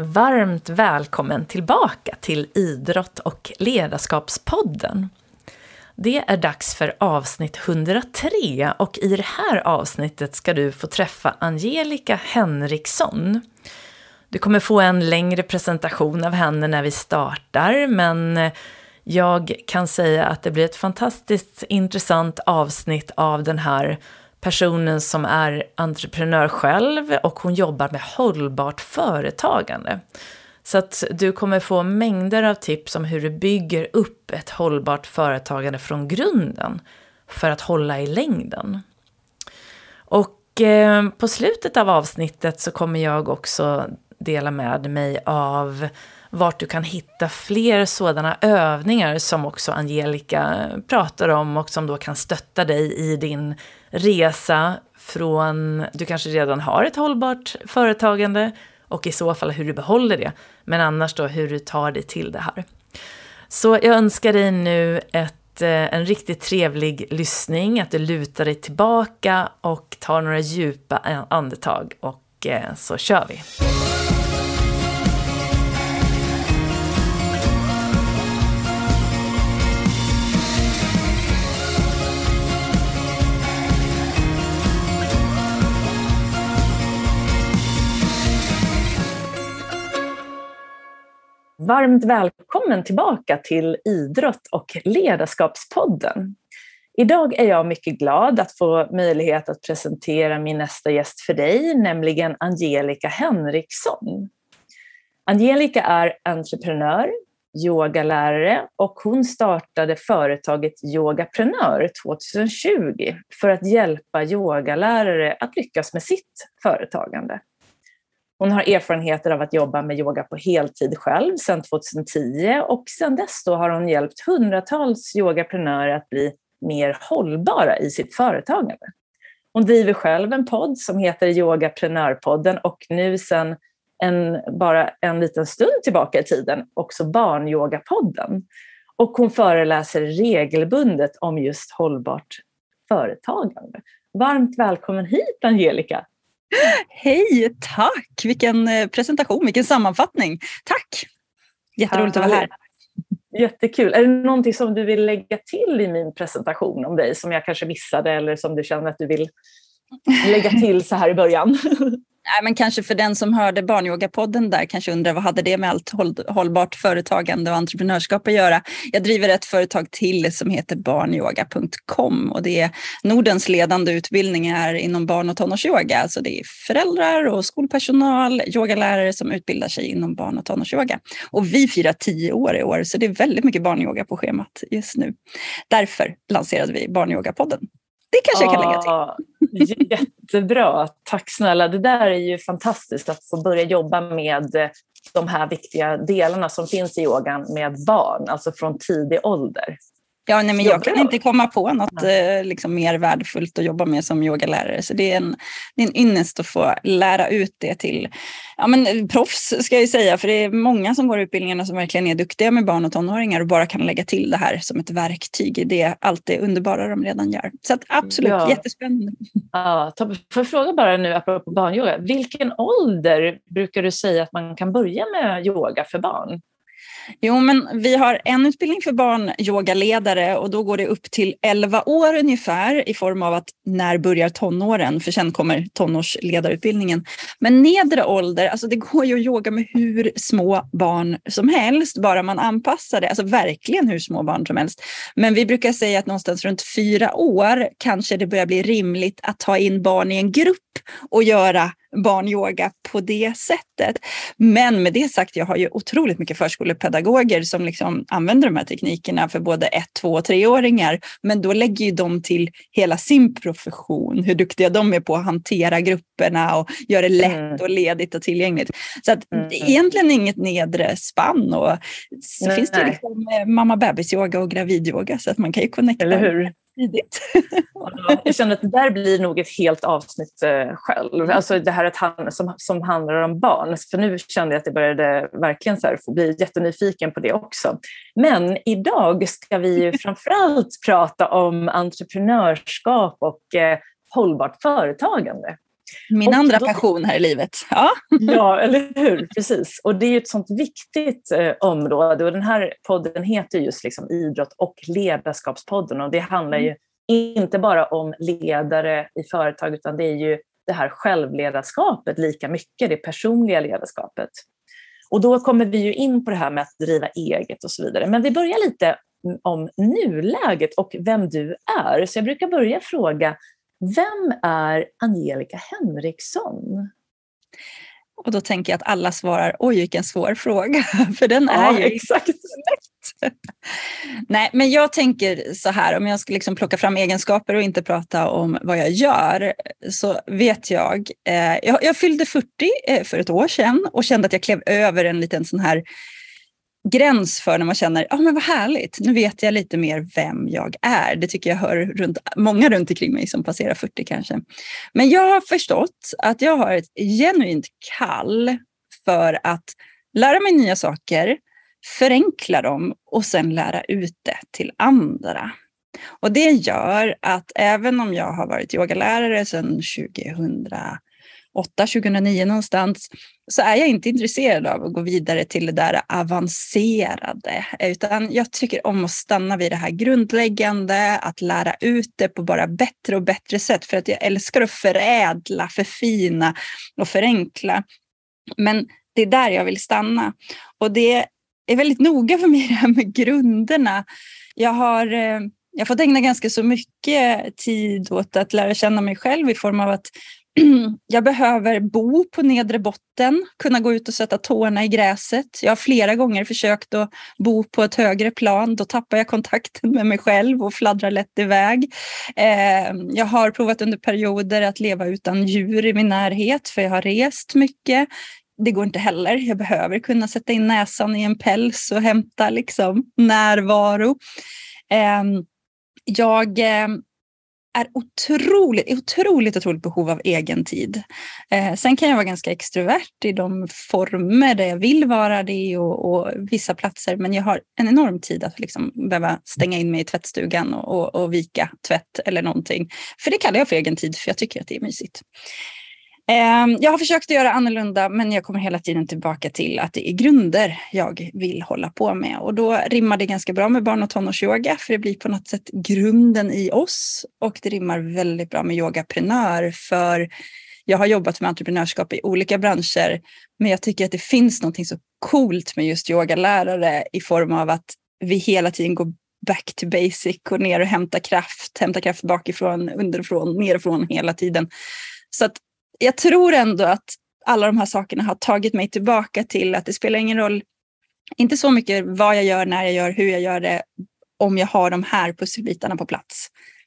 varmt välkommen tillbaka till Idrott- och ledarskapspodden. Det är dags för avsnitt 103 och i det här avsnittet ska du få träffa Angelica Henriksson. Du kommer få en längre presentation av henne när vi startar, men jag kan säga att det blir ett fantastiskt intressant avsnitt av den här personen som är entreprenör själv och hon jobbar med hållbart företagande. Så att du kommer få mängder av tips om hur du bygger upp ett hållbart företagande från grunden för att hålla i längden. Och på slutet av avsnittet så kommer jag också dela med mig av vart du kan hitta fler sådana övningar som också Angelica pratar om och som då kan stötta dig i din resa från, du kanske redan har ett hållbart företagande och i så fall hur du behåller det, men annars då hur du tar dig till det här. Så jag önskar dig nu en riktigt trevlig lyssning, att du lutar dig tillbaka och tar några djupa andetag och så kör vi. Varmt välkommen tillbaka till Idrott- och ledarskapspodden. Idag är jag mycket glad att få möjlighet att presentera min nästa gäst för dig, nämligen Angelica Henriksson. Angelica är entreprenör, yogalärare och hon startade företaget Yogaprenör 2020 för att hjälpa yogalärare att lyckas med sitt företagande. Hon har erfarenheter av att jobba med yoga på heltid själv sedan 2010 och sedan dess då har hon hjälpt hundratals yogaprenörer att bli mer hållbara i sitt företagande. Hon driver själv en podd som heter Yogaprenörpodden och nu sedan bara en liten stund tillbaka i tiden också Barnyogapodden. Och hon föreläser regelbundet om just hållbart företagande. Varmt välkommen hit, Angelica! Hej, tack! Vilken presentation, vilken sammanfattning. Tack! Jätteroligt att vara här. Jättekul. Är det någonting som du vill lägga till i min presentation om dig som jag kanske missade eller som du känner att du vill lägga till så här i början? Nej, men kanske för den som hörde Barnyogapodden där kanske undrar vad hade det med allt hållbart företagande och entreprenörskap att göra. Jag driver ett företag till som heter barnyoga.com och det är Nordens ledande utbildningar inom barn- och tonårsyoga. Alltså det är föräldrar och skolpersonal, yogalärare som utbildar sig inom barn- och tonårsyoga. Och vi firar 10 år i år så det är väldigt mycket barnyoga på schemat just nu. Därför lanserade vi Barnyogapodden. Det kanske jag kan lägga till. Jättebra, tack snälla. Det där är ju fantastiskt att få börja jobba med de här viktiga delarna som finns i yogan med barn, alltså från tidig ålder. Ja, nej, men jag kan inte komma på något liksom mer värdefullt att jobba med som yogalärare. Så det är en ynnest att få lära ut det till proffs ska jag ju säga. För det är många som går utbildningarna som verkligen är duktiga med barn och tonåringar och bara kan lägga till det här som ett verktyg i det allt det underbara de redan gör. Så att absolut, jättespännande. Ja, får jag fråga bara nu apropå barnyoga. Vilken ålder brukar du säga att man kan börja med yoga för barn? Jo, men vi har en utbildning för barnyogaledare och då går det upp till 11 år ungefär i form av att när börjar tonåren, för sen kommer tonårsledarutbildningen. Men nedre ålder, alltså det går ju att yoga med hur små barn som helst, bara man anpassar det, alltså verkligen hur små barn som helst. Men vi brukar säga att någonstans runt 4 år kanske det börjar bli rimligt att ta in barn i en grupp och göra barnyoga på det sättet. Men med det sagt, jag har ju otroligt mycket förskolepedagoger som liksom använder de här teknikerna för både 1-, 2- och 3-åringar. Men då lägger ju de till hela sin profession, hur duktiga de är på att hantera grupperna och göra det lätt och ledigt och tillgängligt. Så att egentligen inget nedre spann. Och så finns det liksom mamma-bebis-yoga och gravidyoga så att man kan ju connecta. Eller hur? Tidigt. Jag känner att det där blir nog ett helt avsnitt själv. Alltså det här som handlar om barn. För nu kände jag att det började verkligen så här, få bli jättenyfiken på det också. Men idag ska vi ju framförallt prata om entreprenörskap och hållbart företagande. Min andra passion här i livet. Ja. Ja, eller hur? Precis. Och det är ju ett sånt viktigt område. Och den här podden heter just liksom Idrott och ledarskapspodden. Och det handlar ju inte bara om ledare i företag, utan det är ju det här självledarskapet lika mycket, det personliga ledarskapet. Och då kommer vi ju in på det här med att driva eget och så vidare. Men vi börjar lite om nuläget och vem du är. Så jag brukar börja fråga, vem är Angelica Henriksson? Och då tänker jag att alla svarar, oj vilken svår fråga. För den är ju exakt lätt. Nej, men jag tänker så här, om jag ska liksom plocka fram egenskaper och inte prata om vad jag gör, så vet jag fyllde 40 för ett år sedan och kände att jag klev över en liten sån här gräns för när man känner, men vad härligt, nu vet jag lite mer vem jag är. Det tycker jag hör många runt omkring mig som passerar 40 kanske. Men jag har förstått att jag har ett genuint kall för att lära mig nya saker, förenkla dem och sen lära ut det till andra. Och det gör att även om jag har varit yogalärare sedan 2008-2009 någonstans, så är jag inte intresserad av att gå vidare till det där avancerade, utan jag tycker om att stanna vid det här grundläggande, att lära ut det på bara bättre och bättre sätt, för att jag älskar att förädla, förfina och förenkla. Men det är där jag vill stanna, och det är väldigt noga för mig det här med grunderna. Jag har fått ägna ganska så mycket tid åt att lära känna mig själv i form av att jag behöver bo på nedre botten, kunna gå ut och sätta tårna i gräset. Jag har flera gånger försökt att bo på ett högre plan. Då tappar jag kontakten med mig själv och fladdrar lätt iväg. Jag har provat under perioder att leva utan djur i min närhet, för jag har rest mycket. Det går inte heller. Jag behöver kunna sätta in näsan i en päls och hämta liksom närvaro. Jag är otroligt behov av egen tid. Sen kan jag vara ganska extrovert i de former där jag vill vara det och vissa platser, men jag har en enorm tid att liksom behöva stänga in mig i tvättstugan och vika tvätt eller någonting. För det kallar jag för egen tid, för jag tycker att det är mysigt. Jag har försökt att göra annorlunda, men jag kommer hela tiden tillbaka till att det är grunder jag vill hålla på med. Och då rimmar det ganska bra med barn- och tonårsyoga, för det blir på något sätt grunden i oss. Och det rimmar väldigt bra med yogaprenör, för jag har jobbat med entreprenörskap i olika branscher, men jag tycker att det finns något så coolt med just yogalärare i form av att vi hela tiden går back to basic och ner och hämtar kraft bakifrån, underifrån, nerifrån hela tiden. Så att jag tror ändå att alla de här sakerna har tagit mig tillbaka till att det spelar ingen roll, inte så mycket vad jag gör, när jag gör, hur jag gör det, om jag har de här pusselbitarna på plats.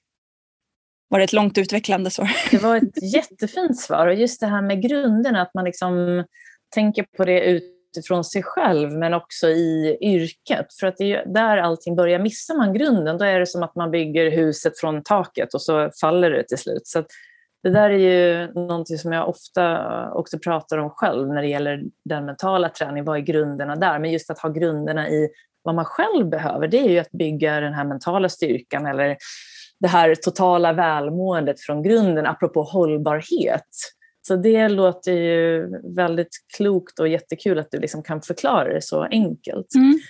Var det ett långt utvecklande svar? Det var ett jättefint svar, och just det här med grunderna, att man liksom tänker på det utifrån sig själv men också i yrket, för att det är där allting börjar. Missar man grunden, då är det som att man bygger huset från taket och så faller det till slut. Så att det där är ju någonting som jag ofta också pratar om själv när det gäller den mentala träningen. Vad är grunderna där? Men just att ha grunderna i vad man själv behöver, det är ju att bygga den här mentala styrkan eller det här totala välmåendet från grunden, apropå hållbarhet. Så det låter ju väldigt klokt och jättekul att du liksom kan förklara det så enkelt.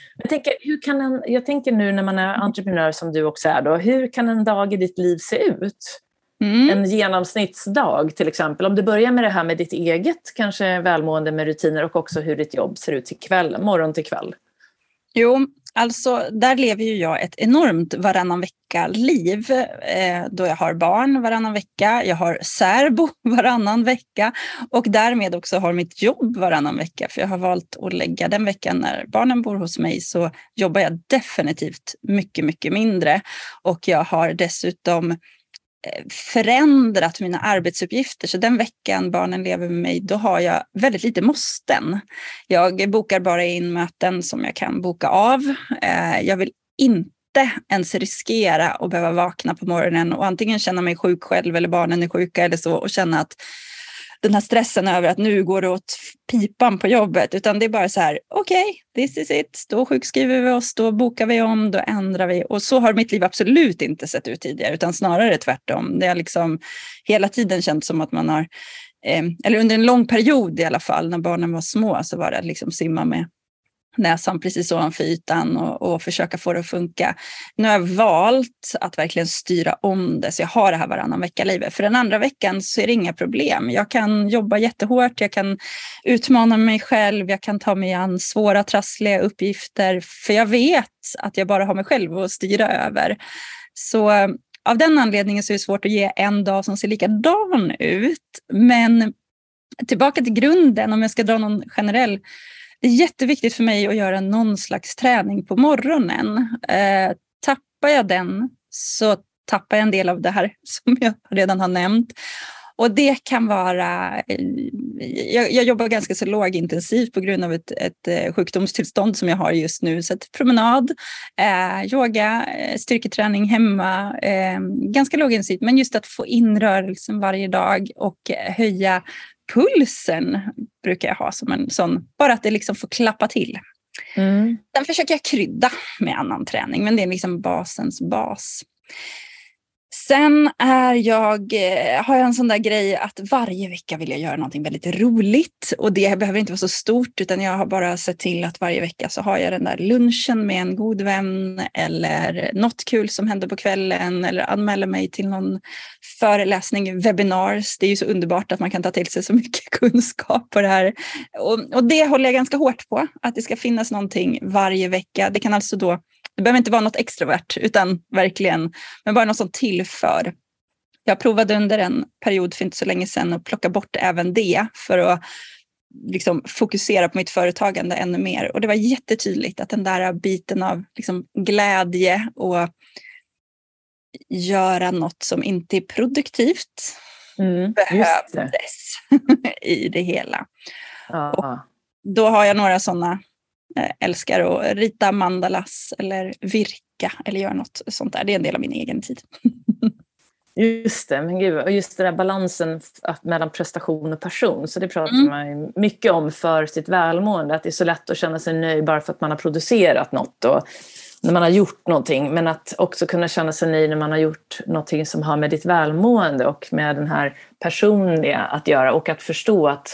Jag tänker nu när man är entreprenör som du också är då, hur kan en dag i ditt liv se ut? En genomsnittsdag till exempel. Om du börjar med det här med ditt eget kanske välmående med rutiner, och också hur ditt jobb ser ut till kväll, morgon till kväll. Jo, alltså där lever ju jag ett enormt varannan vecka-liv. Då jag har barn varannan vecka, jag har särbo varannan vecka och därmed också har mitt jobb varannan vecka. För jag har valt att lägga den veckan när barnen bor hos mig, så jobbar jag definitivt mycket, mycket mindre. Och jag har dessutom förändrat mina arbetsuppgifter, så den veckan barnen lever med mig, då har jag väldigt lite måsten. Jag bokar bara in möten som jag kan boka av. Jag vill inte ens riskera att behöva vakna på morgonen och antingen känna mig sjuk själv eller barnen är sjuka eller så, och känna att den här stressen över att nu går det åt pipan på jobbet, utan det är bara så här, okej, this is it, då sjukskriver vi oss, då bokar vi om, då ändrar vi. Och så har mitt liv absolut inte sett ut tidigare, utan snarare tvärtom. Det har liksom hela tiden känt som att man har, eller under en lång period i alla fall, när barnen var små, så var det liksom simma med näsan precis ovanför ytan och försöka få det att funka. Nu har jag valt att verkligen styra om det, så jag har det här varannan vecka-livet. För den andra veckan så är det inga problem. Jag kan jobba jättehårt, jag kan utmana mig själv, jag kan ta mig an svåra, trassliga uppgifter, för jag vet att jag bara har mig själv att styra över. Så av den anledningen så är det svårt att ge en dag som ser likadan ut. Men tillbaka till grunden, om jag ska dra någon generell. Det är jätteviktigt för mig att göra någon slags träning på morgonen. Tappar jag den så tappar jag en del av det här som jag redan har nämnt. Och det kan vara, jag jobbar ganska så lågintensivt på grund av ett sjukdomstillstånd som jag har just nu. Så att promenad, yoga, styrketräning hemma, ganska lågintensivt. Men just att få in rörelsen varje dag och höja pulsen brukar jag ha som en sån, bara att det liksom får klappa till. Sen försöker jag krydda med annan träning, men det är liksom basens bas. Sen har jag en sån där grej att varje vecka vill jag göra någonting väldigt roligt. Och det behöver inte vara så stort, utan jag har bara sett till att varje vecka så har jag den där lunchen med en god vän. Eller något kul som händer på kvällen. Eller anmäler mig till någon föreläsning, webinars. Det är ju så underbart att man kan ta till sig så mycket kunskap på det här. Och det håller jag ganska hårt på. Att det ska finnas någonting varje vecka. Det kan alltså då, det behöver inte vara något extrovert, utan verkligen, men bara något som tillför. Jag provade under en period för inte så länge sedan att plocka bort även det för att liksom fokusera på mitt företagande ännu mer. Och det var jättetydligt att den där biten av liksom glädje och göra något som inte är produktivt behövdes i det hela. Och då har jag några sådana. Älskar att rita mandalas eller virka eller göra något sånt där. Det är en del av min egen tid. Just det, men gud, och just den där balansen mellan prestation och person, så det pratar man mycket om för sitt välmående, att det är så lätt att känna sig nöjd bara för att man har producerat något och när man har gjort någonting, men att också kunna känna sig nöjd när man har gjort någonting som har med ditt välmående och med den här personliga att göra, och att förstå att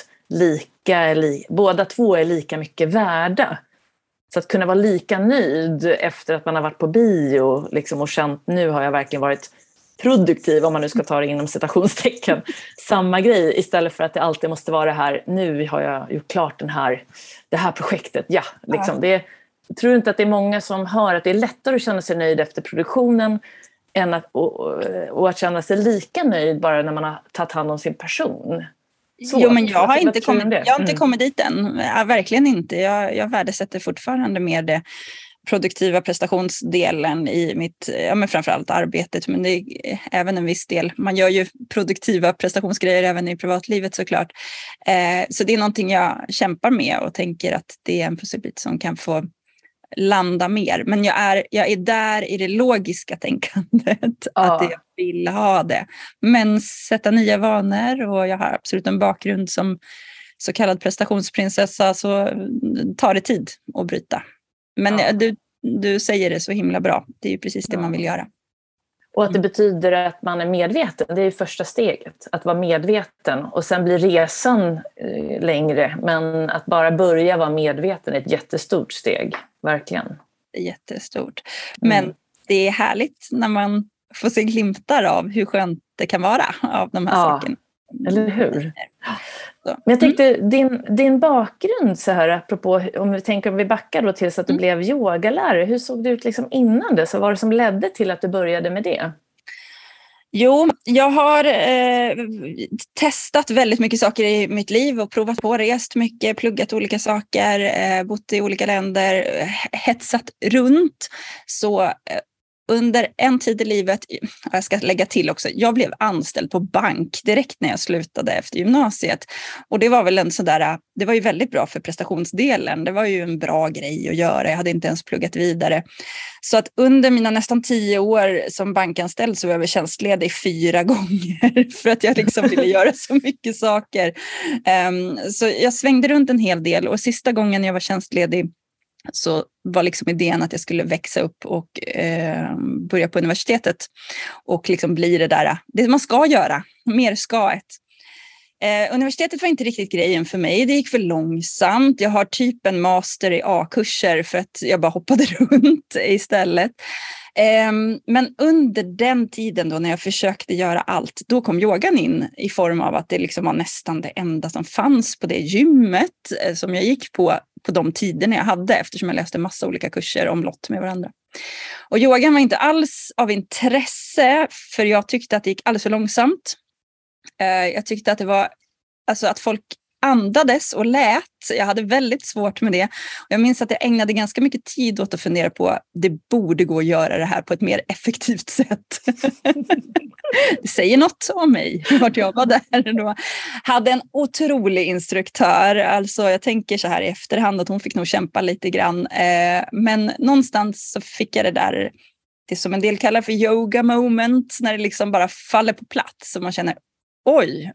båda två är lika mycket värda. Så att kunna vara lika nöjd efter att man har varit på bio liksom, och känt nu har jag verkligen varit produktiv, om man nu ska ta det inom citationstecken. Samma grej, istället för att det alltid måste vara det här, nu har jag gjort klart det här projektet. Ja, liksom. Jag tror inte att det är många som hör att det är lättare att känna sig nöjd efter produktionen än och att känna sig lika nöjd bara när man har tagit hand om sin person. Jo, men jag har inte kommit dit än. Verkligen inte. Jag värdesätter fortfarande mer det produktiva prestationsdelen i mitt, men framförallt arbetet, men det är även en viss del. Man gör ju produktiva prestationsgrejer även i privatlivet såklart. Så det är någonting jag kämpar med och tänker att det är en pusselbit som kan få landa mer. Men jag är där i det logiska tänkandet att jag vill ha det. Men sätta nya vanor, och jag har absolut en bakgrund som så kallad prestationsprinsessa, så tar det tid att bryta. Men du säger det så himla bra. Det är ju precis det man vill göra. Och att det betyder att man är medveten, det är ju första steget. Att vara medveten, och sen blir resan längre. Men att bara börja vara medveten är ett jättestort steg, verkligen. Det är jättestort. Men det är härligt när man får se glimtar av hur skönt det kan vara av de här sakerna. Eller hur? Men jag tänkte, din bakgrund så här, apropå, om vi backar då till så att du blev yogalärare, hur såg det ut liksom innan det? Så var det som ledde till att du började med det? Jo, jag har testat väldigt mycket saker i mitt liv och provat på, rest mycket, pluggat olika saker, bott i olika länder, hetsat runt. Så under en tid i livet, jag ska lägga till också, jag blev anställd på bank direkt när jag slutade efter gymnasiet. Och det var väl det var ju väldigt bra för prestationsdelen. Det var ju en bra grej att göra. Jag hade inte ens pluggat vidare. Så att under mina nästan 10 år som bankanställd så var jag tjänstledig 4 gånger för att jag liksom ville göra så mycket saker. Så jag svängde runt en hel del, och sista gången jag var tjänstledig så var liksom idén att jag skulle växa upp och börja på universitetet och liksom bli det man ska göra, mer ska ett. Universitetet var inte riktigt grejen för mig, det gick för långsamt. Jag har typ en master i A-kurser för att jag bara hoppade runt istället. Men under den tiden då när jag försökte göra allt, då kom yogan in i form av att det liksom var nästan det enda som fanns på det gymmet som jag gick på de tiderna jag hade, eftersom jag läste massa olika kurser om lott med varandra. Och yogan var inte alls av intresse, för jag tyckte att det gick alldeles för långsamt. Jag tyckte att det var, alltså att folk andades och lät. Jag hade väldigt svårt med det. Och jag minns att jag ägnade ganska mycket tid åt att fundera på att det borde gå att göra det här på ett mer effektivt sätt. Det säger något om mig, vart jag var där då. Hade en otrolig instruktör. Alltså jag tänker så här i efterhand att hon fick nog kämpa lite grann. Men någonstans så fick jag det som en del kallar för yoga moment, när det liksom bara faller på plats och man känner, oj,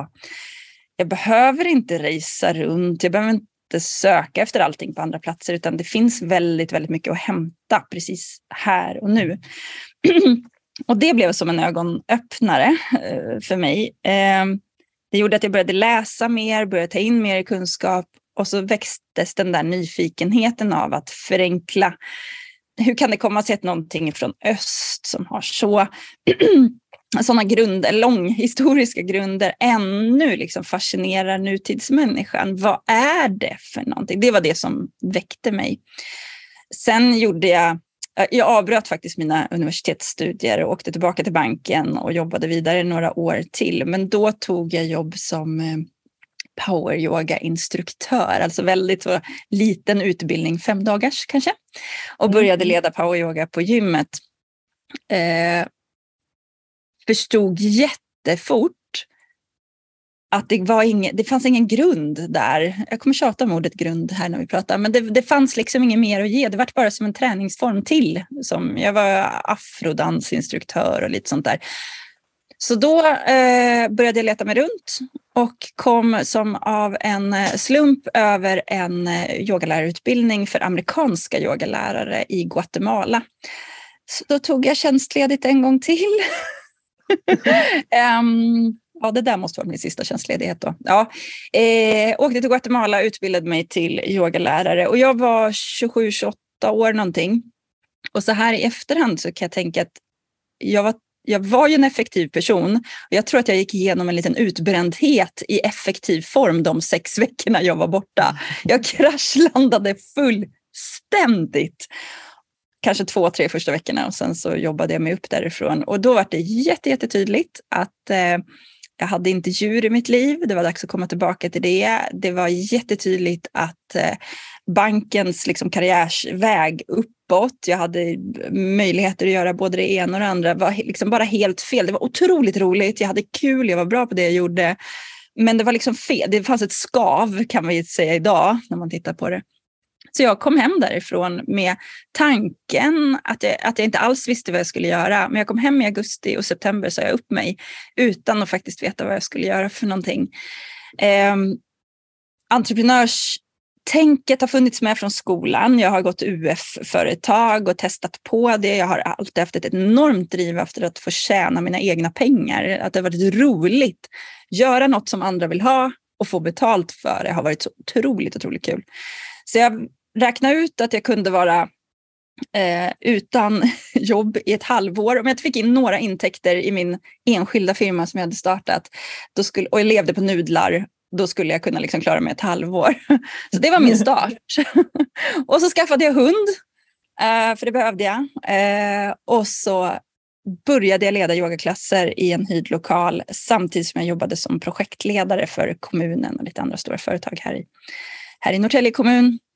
jag behöver inte resa runt, jag behöver inte söka efter allting på andra platser, utan det finns väldigt, väldigt mycket att hämta precis här och nu. Och det blev som en ögonöppnare för mig. Det gjorde att jag började läsa mer, började ta in mer kunskap, och så växtes den där nyfikenheten av att förenkla. Hur kan det komma sig att någonting från öst som har sådana grunder, långhistoriska grunder, ännu liksom fascinerar nutidsmänniskan? Vad är det för någonting? Det var det som väckte mig. Sen jag avbröt faktiskt mina universitetsstudier och åkte tillbaka till banken och jobbade vidare några år till. Men då tog jag jobb som power yoga-instruktör, alltså väldigt så liten utbildning, 5 dagars kanske, och började leda power yoga på gymmet. Förstod jättefort att det fanns ingen grund där. Jag kommer tjata om ordet grund här när vi pratar, men det fanns liksom inget mer att ge. Det var bara som en träningsform till. Jag var afrodansinstruktör och lite sånt där. Så då började jag leta mig runt och kom som av en slump över en yogalärarutbildning för amerikanska yogalärare i Guatemala. Så då tog jag tjänstledigt en gång till. Ja, det där måste vara min sista tjänstledighet då. Ja, åkte till Guatemala, utbildade mig till yogalärare, och jag var 27-28 år någonting. Och så här i efterhand så kan jag tänka att jag var ju en effektiv person, och jag tror att jag gick igenom en liten utbrändhet i effektiv form de 6 veckorna jag var borta. Jag kraschlandade fullständigt. Kanske 2-3 första veckorna, och sen så jobbade jag mig upp därifrån. Och då var det jättetydligt att jag hade inte djur i mitt liv. Det var dags att komma tillbaka till det. Det var jättetydligt att bankens liksom karriärsväg uppåt, jag hade möjligheter att göra både det ena och det andra, var liksom bara helt fel. Det var otroligt roligt, jag hade kul, jag var bra på det jag gjorde. Men det var liksom fel. Det fanns ett skav, kan man ju säga idag när man tittar på det. Så jag kom hem därifrån med tanken att jag inte alls visste vad jag skulle göra. Men jag kom hem i augusti, och september sa jag upp mig utan att faktiskt veta vad jag skulle göra för någonting. Entreprenörstänket har funnits med från skolan. Jag har gått UF-företag och testat på det. Jag har alltid haft ett enormt driv efter att få tjäna mina egna pengar. Att det har varit roligt. Göra något som andra vill ha och få betalt för det har varit så otroligt kul. Så jag räknade ut att jag kunde vara utan jobb i ett halvår. Om jag inte fick in några intäkter i min enskilda firma som jag hade startat och jag levde på nudlar, då skulle jag kunna liksom klara mig ett halvår. Så det var min start. Och så skaffade jag hund, för det behövde jag. Och så började jag leda yogaklasser i en hyrd lokal samtidigt som jag jobbade som projektledare för kommunen och lite andra stora företag här i Norrtälje kommun.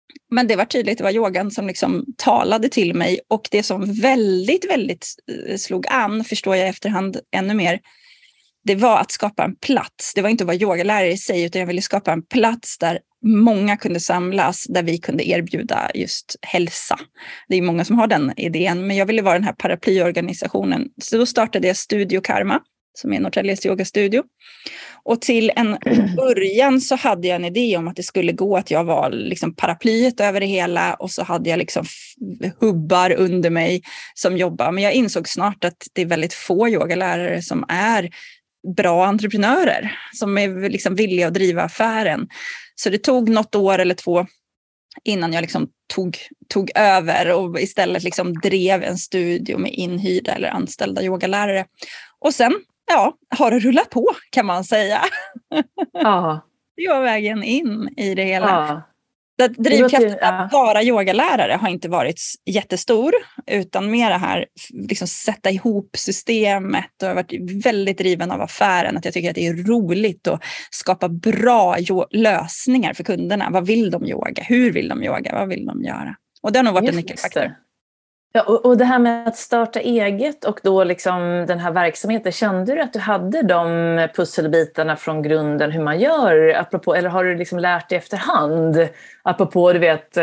Men det var tydligt, det var yogan som liksom talade till mig. Och det som väldigt, väldigt slog an, förstår jag i efterhand ännu mer, det var att skapa en plats. Det var inte att vara yogalärare i sig, utan jag ville skapa en plats där många kunde samlas, där vi kunde erbjuda just hälsa. Det är många som har den idén, men jag ville vara den här paraplyorganisationen. Så då startade jag Studio Karma, som är Norrtäljes yogastudio. Och till en början så hade jag en idé om att det skulle gå att jag var liksom paraplyet över det hela, och så hade jag liksom hubbar under mig som jobbar. Men jag insåg snart att det är väldigt få yogalärare som är bra entreprenörer, som är liksom villiga att driva affären. Så det tog något år eller 2 innan jag liksom tog över och istället liksom drev en studio med inhyrda eller anställda yogalärare. Och sen, har det rullat på, kan man säga. Ja. Det var vägen in i det hela. Ja. Drivkraften att vara yogalärare har inte varit jättestor, utan mer det här liksom sätta ihop systemet, och har varit väldigt driven av affären, att jag tycker att det är roligt att skapa bra lösningar för kunderna. Vad vill de yoga? Hur vill de yoga? Vad vill de göra? Och det har nog varit en nyckelfaktor. Ja, och det här med att starta eget och då liksom den här verksamheten, kände du att du hade de pusselbitarna från grunden hur man gör, apropå, eller har du liksom lärt dig efterhand, apropå du vet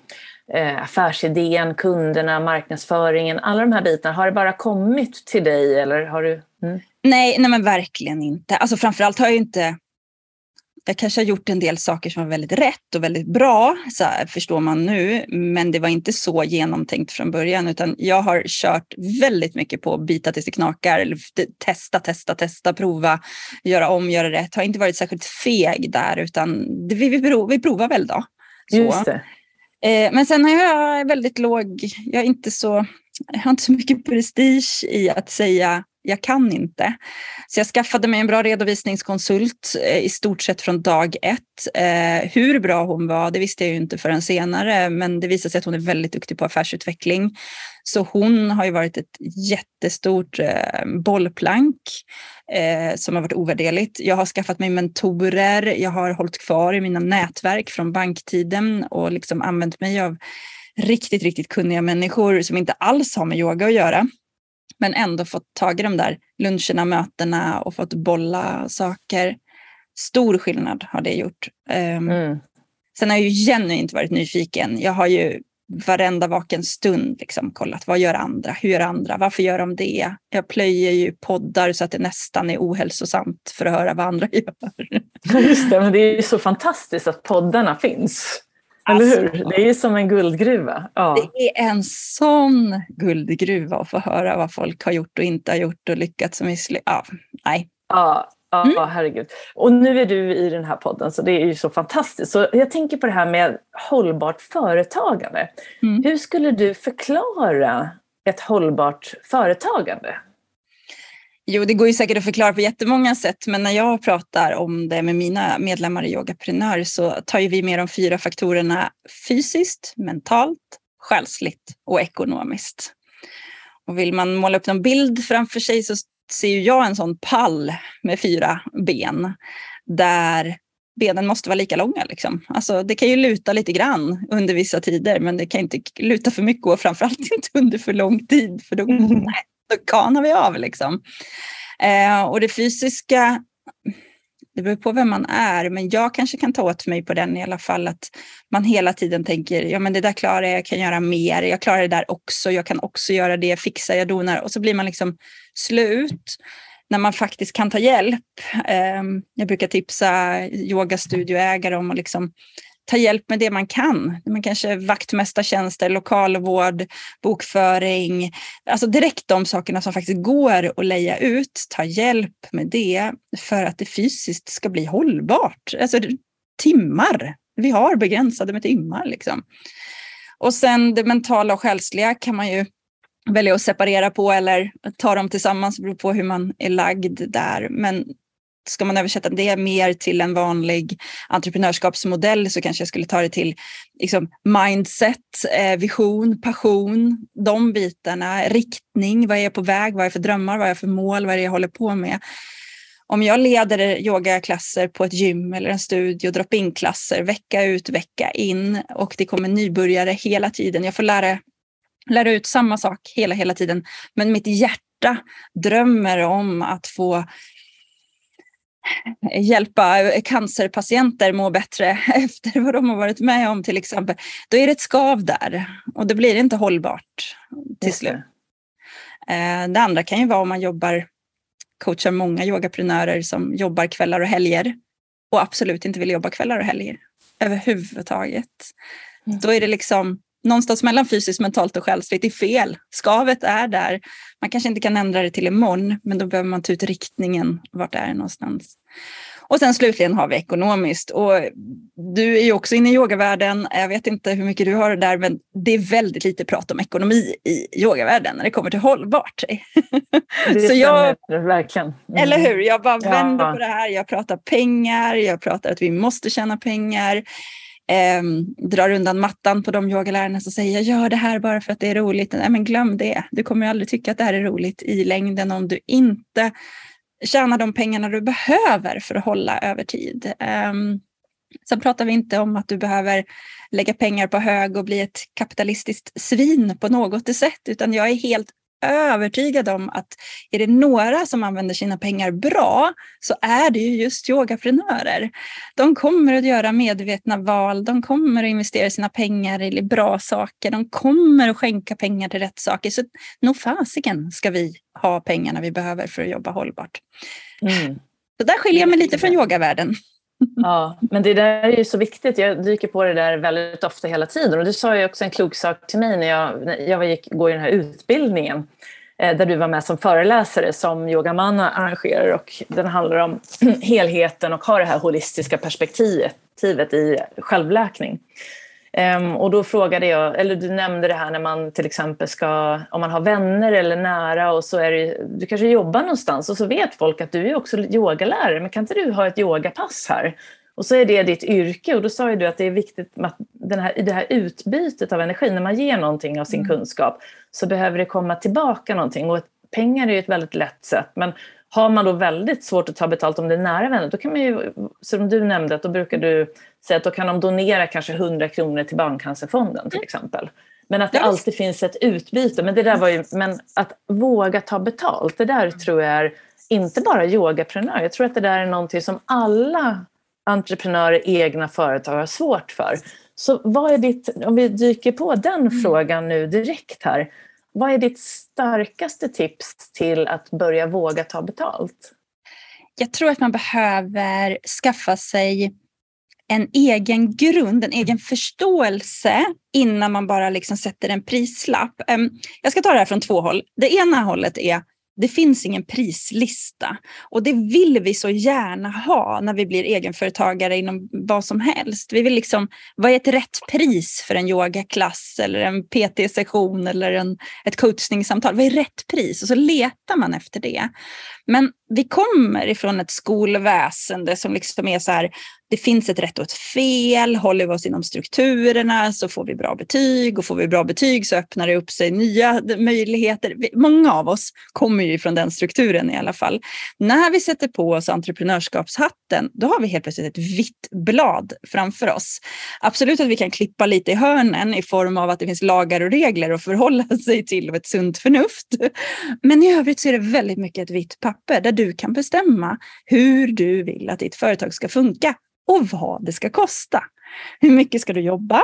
affärsidén, kunderna, marknadsföringen, alla de här bitarna, har det bara kommit till dig eller har du? Nej men verkligen inte. Alltså framförallt har jag kanske har gjort en del saker som var väldigt rätt och väldigt bra, så här, förstår man nu. Men det var inte så genomtänkt från början, utan jag har kört väldigt mycket på bita tills det knakar. Eller testa, prova, göra om, göra rätt. Har inte varit särskilt feg där, utan vi provar väl då. Så. Just det. Men sen har jag väldigt jag har inte så mycket prestige i att säga jag kan inte. Så jag skaffade mig en bra redovisningskonsult i stort sett från dag 1. Hur bra hon var, det visste jag ju inte förrän senare. Men det visade sig att hon är väldigt duktig på affärsutveckling. Så hon har ju varit ett jättestort bollplank som har varit ovärderligt. Jag har skaffat mig mentorer. Jag har hållit kvar i mina nätverk från banktiden och liksom använt mig av riktigt, riktigt kunniga människor som inte alls har med yoga att göra. Men ändå fått tag i de där luncherna, mötena och fått bolla saker. Stor skillnad har det gjort. Sen har jag ju genuint varit nyfiken. Jag har ju varenda vaken stund liksom kollat. Vad gör andra? Hur gör andra? Varför gör de det? Jag plöjer ju poddar så att det nästan är ohälsosamt för att höra vad andra gör. Just det, men det är ju så fantastiskt att poddarna finns. Eller hur? Det är som en guldgruva. Ja. Det är en sån guldgruva att få höra vad folk har gjort och inte har gjort och lyckats och misslyckats. Ja, herregud. Och nu är du i den här podden, så det är ju så fantastiskt. Så jag tänker på det här med hållbart företagande. Hur skulle du förklara ett hållbart företagande? Jo, det går ju säkert att förklara på jättemånga sätt, men när jag pratar om det med mina medlemmar i Yogaprenör så tar ju vi med de 4 faktorerna fysiskt, mentalt, själsligt och ekonomiskt. Och vill man måla upp någon bild framför sig så ser ju jag en sån pall med 4 ben där benen måste vara lika långa. Liksom. Alltså, det kan ju luta lite grann under vissa tider, men det kan inte luta för mycket och framförallt inte under för lång tid, för då kanar vi av liksom. Och det fysiska, det beror på vem man är, men jag kanske kan ta åt mig på den i alla fall, att man hela tiden tänker, ja men det där klarar jag kan göra mer, jag klarar det där också, jag kan också göra det, fixar, jag donar, och så blir man liksom slut när man faktiskt kan ta hjälp. Jag brukar tipsa yogastudioägare om att liksom ta hjälp med det man kan. Man kanske vaktmästartjänster, lokalvård, bokföring. Alltså direkt de sakerna som faktiskt går att leja ut. Ta hjälp med det för att det fysiskt ska bli hållbart. Alltså timmar. Vi har begränsade med timmar liksom. Och sen det mentala och själsliga kan man ju välja att separera på eller ta dem tillsammans, beror på hur man är lagd där. Men ska man översätta det mer till en vanlig entreprenörskapsmodell så kanske jag skulle ta det till liksom mindset, vision, passion, de bitarna, riktning, vad är jag på väg, vad är jag för drömmar, vad är jag för mål, vad är det jag håller på med. om jag leder yogaklasser på ett gym eller en studio, drop-in-klasser vecka ut, vecka in, och det kommer nybörjare hela tiden. Jag får lära ut samma sak hela tiden. Men mitt hjärta drömmer om att få hjälpa cancerpatienter må bättre efter vad de har varit med om till exempel. Då är det ett skav där och det blir inte hållbart till slut. Det andra kan ju vara om man coachar många yogaprenörer som jobbar kvällar och helger och absolut inte vill jobba kvällar och helger överhuvudtaget. Då är det liksom någonstans mellan fysiskt, mentalt och själsligt. Det är fel. Skavet är där. Man kanske inte kan ändra det till imorgon, men då behöver man ta ut riktningen. Vart det är någonstans. Och sen slutligen har vi ekonomiskt. Och du är ju också inne i yogavärlden. Jag vet inte hur mycket du har där, men det är väldigt lite prat om ekonomi i yogavärlden när det kommer till hållbart. Det så jag, verkligen. Eller hur? Jag bara vänder på det här. Jag pratar pengar. Jag pratar att vi måste tjäna pengar. Drar undan mattan på de yogalärarna som säger jag gör det här bara för att det är roligt. Nej, men glöm det. Du kommer aldrig tycka att det här är roligt i längden om du inte tjänar de pengarna du behöver för att hålla över tid. Sen pratar vi inte om att du behöver lägga pengar på hög och bli ett kapitalistiskt svin på något sätt, utan jag är helt övertygad om att är det några som använder sina pengar bra så är det ju just yogaprenörer. De kommer att göra medvetna val, de kommer att investera sina pengar i bra saker, de kommer att skänka pengar till rätt saker. Så nog fasiken ska vi ha pengarna vi behöver för att jobba hållbart. Så där skiljer jag mig lite från yogavärlden. Ja, men det där är ju så viktigt. Jag dyker på det där väldigt ofta hela tiden. Och du sa ju också en klok sak till mig när jag går i den här utbildningen där du var med som föreläsare som Yogamanna arrangerar. Och den handlar om helheten och har det här holistiska perspektivet i självläkning. Och då frågade jag, eller du nämnde det här när man till exempel om man har vänner eller nära och så är det, du kanske jobbar någonstans och så vet folk att du är också yogalärare, men kan inte du ha ett yogapass här? Och så är det ditt yrke, och då sa ju du att det är viktigt att det här utbytet av energi, när man ger någonting av sin kunskap så behöver det komma tillbaka någonting, och pengar är ju ett väldigt lätt sätt, men har man då väldigt svårt att ta betalt om det är nära vänner, då kan man ju, som du nämnde, att då brukar du säga att då kan de donera kanske 100 kronor till Barncancerfonden till exempel. Men att det alltid finns ett utbyte. Men att våga ta betalt, det där tror jag är inte bara yogaprenör. Jag tror att det där är någonting som alla entreprenörer, egna företag har svårt för. Så vad är om vi dyker på den frågan nu direkt här. Vad är ditt starkaste tips till att börja våga ta betalt? Jag tror att man behöver skaffa sig en egen grund, en egen förståelse innan man bara liksom sätter en prislapp. Jag ska ta det här från två håll. Det ena hållet är det finns ingen prislista, och det vill vi så gärna ha när vi blir egenföretagare inom vad som helst. Vi vill liksom, vad är ett rätt pris för en yogaklass eller en PT-session eller ett coachningssamtal? Vad är rätt pris? Och så letar man efter det. Men vi kommer ifrån ett skolväsende som liksom är så här, det finns ett rätt och ett fel, håller vi oss inom strukturerna så får vi bra betyg, och får vi bra betyg så öppnar det upp sig nya möjligheter. Många av oss kommer ju från den strukturen i alla fall. När vi sätter på oss entreprenörskapshatten, då har vi helt plötsligt ett vitt blad framför oss. Absolut att vi kan klippa lite i hörnen i form av att det finns lagar och regler att förhålla sig till och ett sunt förnuft. Men i övrigt så är det väldigt mycket ett vitt papper där du kan bestämma hur du vill att ditt företag ska funka och vad det ska kosta. Hur mycket ska du jobba?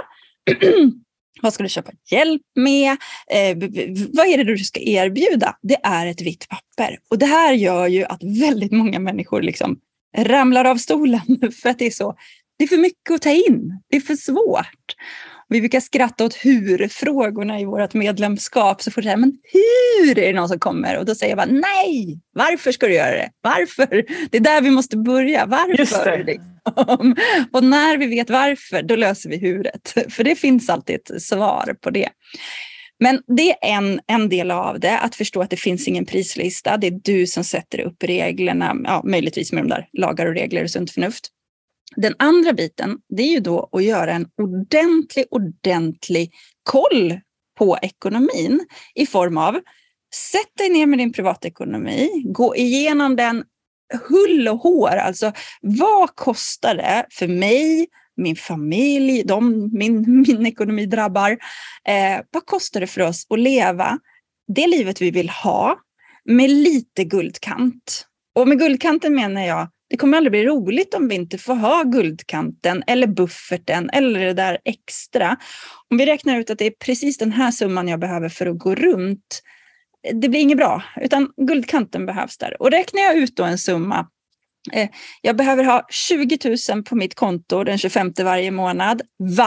Vad ska du köpa hjälp med? Vad är det du ska erbjuda? Det är ett vitt papper. Och det här gör ju att väldigt många människor liksom ramlar av stolen för att det är för mycket att ta in. Det är för svårt. Vi brukar skratta åt hur-frågorna i vårt medlemskap. Så får det säga, men hur är det någon som kommer? Och då säger jag bara, nej, varför ska du göra det? Varför? Det är där vi måste börja. Varför? Just det. Och när vi vet varför, då löser vi huret. För det finns alltid ett svar på det. Men det är en del av det, att förstå att det finns ingen prislista. Det är du som sätter upp reglerna, möjligtvis med de där lagar och regler och sunt förnuft. Den andra biten, det är ju då att göra en ordentlig koll på ekonomin i form av sätt dig ner med din privatekonomi, gå igenom den hull och hår. Alltså, vad kostar det för mig, min familj, min ekonomi drabbar. Vad kostar det för oss att leva det livet vi vill ha med lite guldkant? Och med guldkanten menar jag, det kommer aldrig bli roligt om vi inte får ha guldkanten eller bufferten eller det där extra. Om vi räknar ut att det är precis den här summan jag behöver för att gå runt, det blir inget bra, utan guldkanten behövs där. Och räknar jag ut då en summa, jag behöver ha 20 000 på mitt konto den 25 varje månad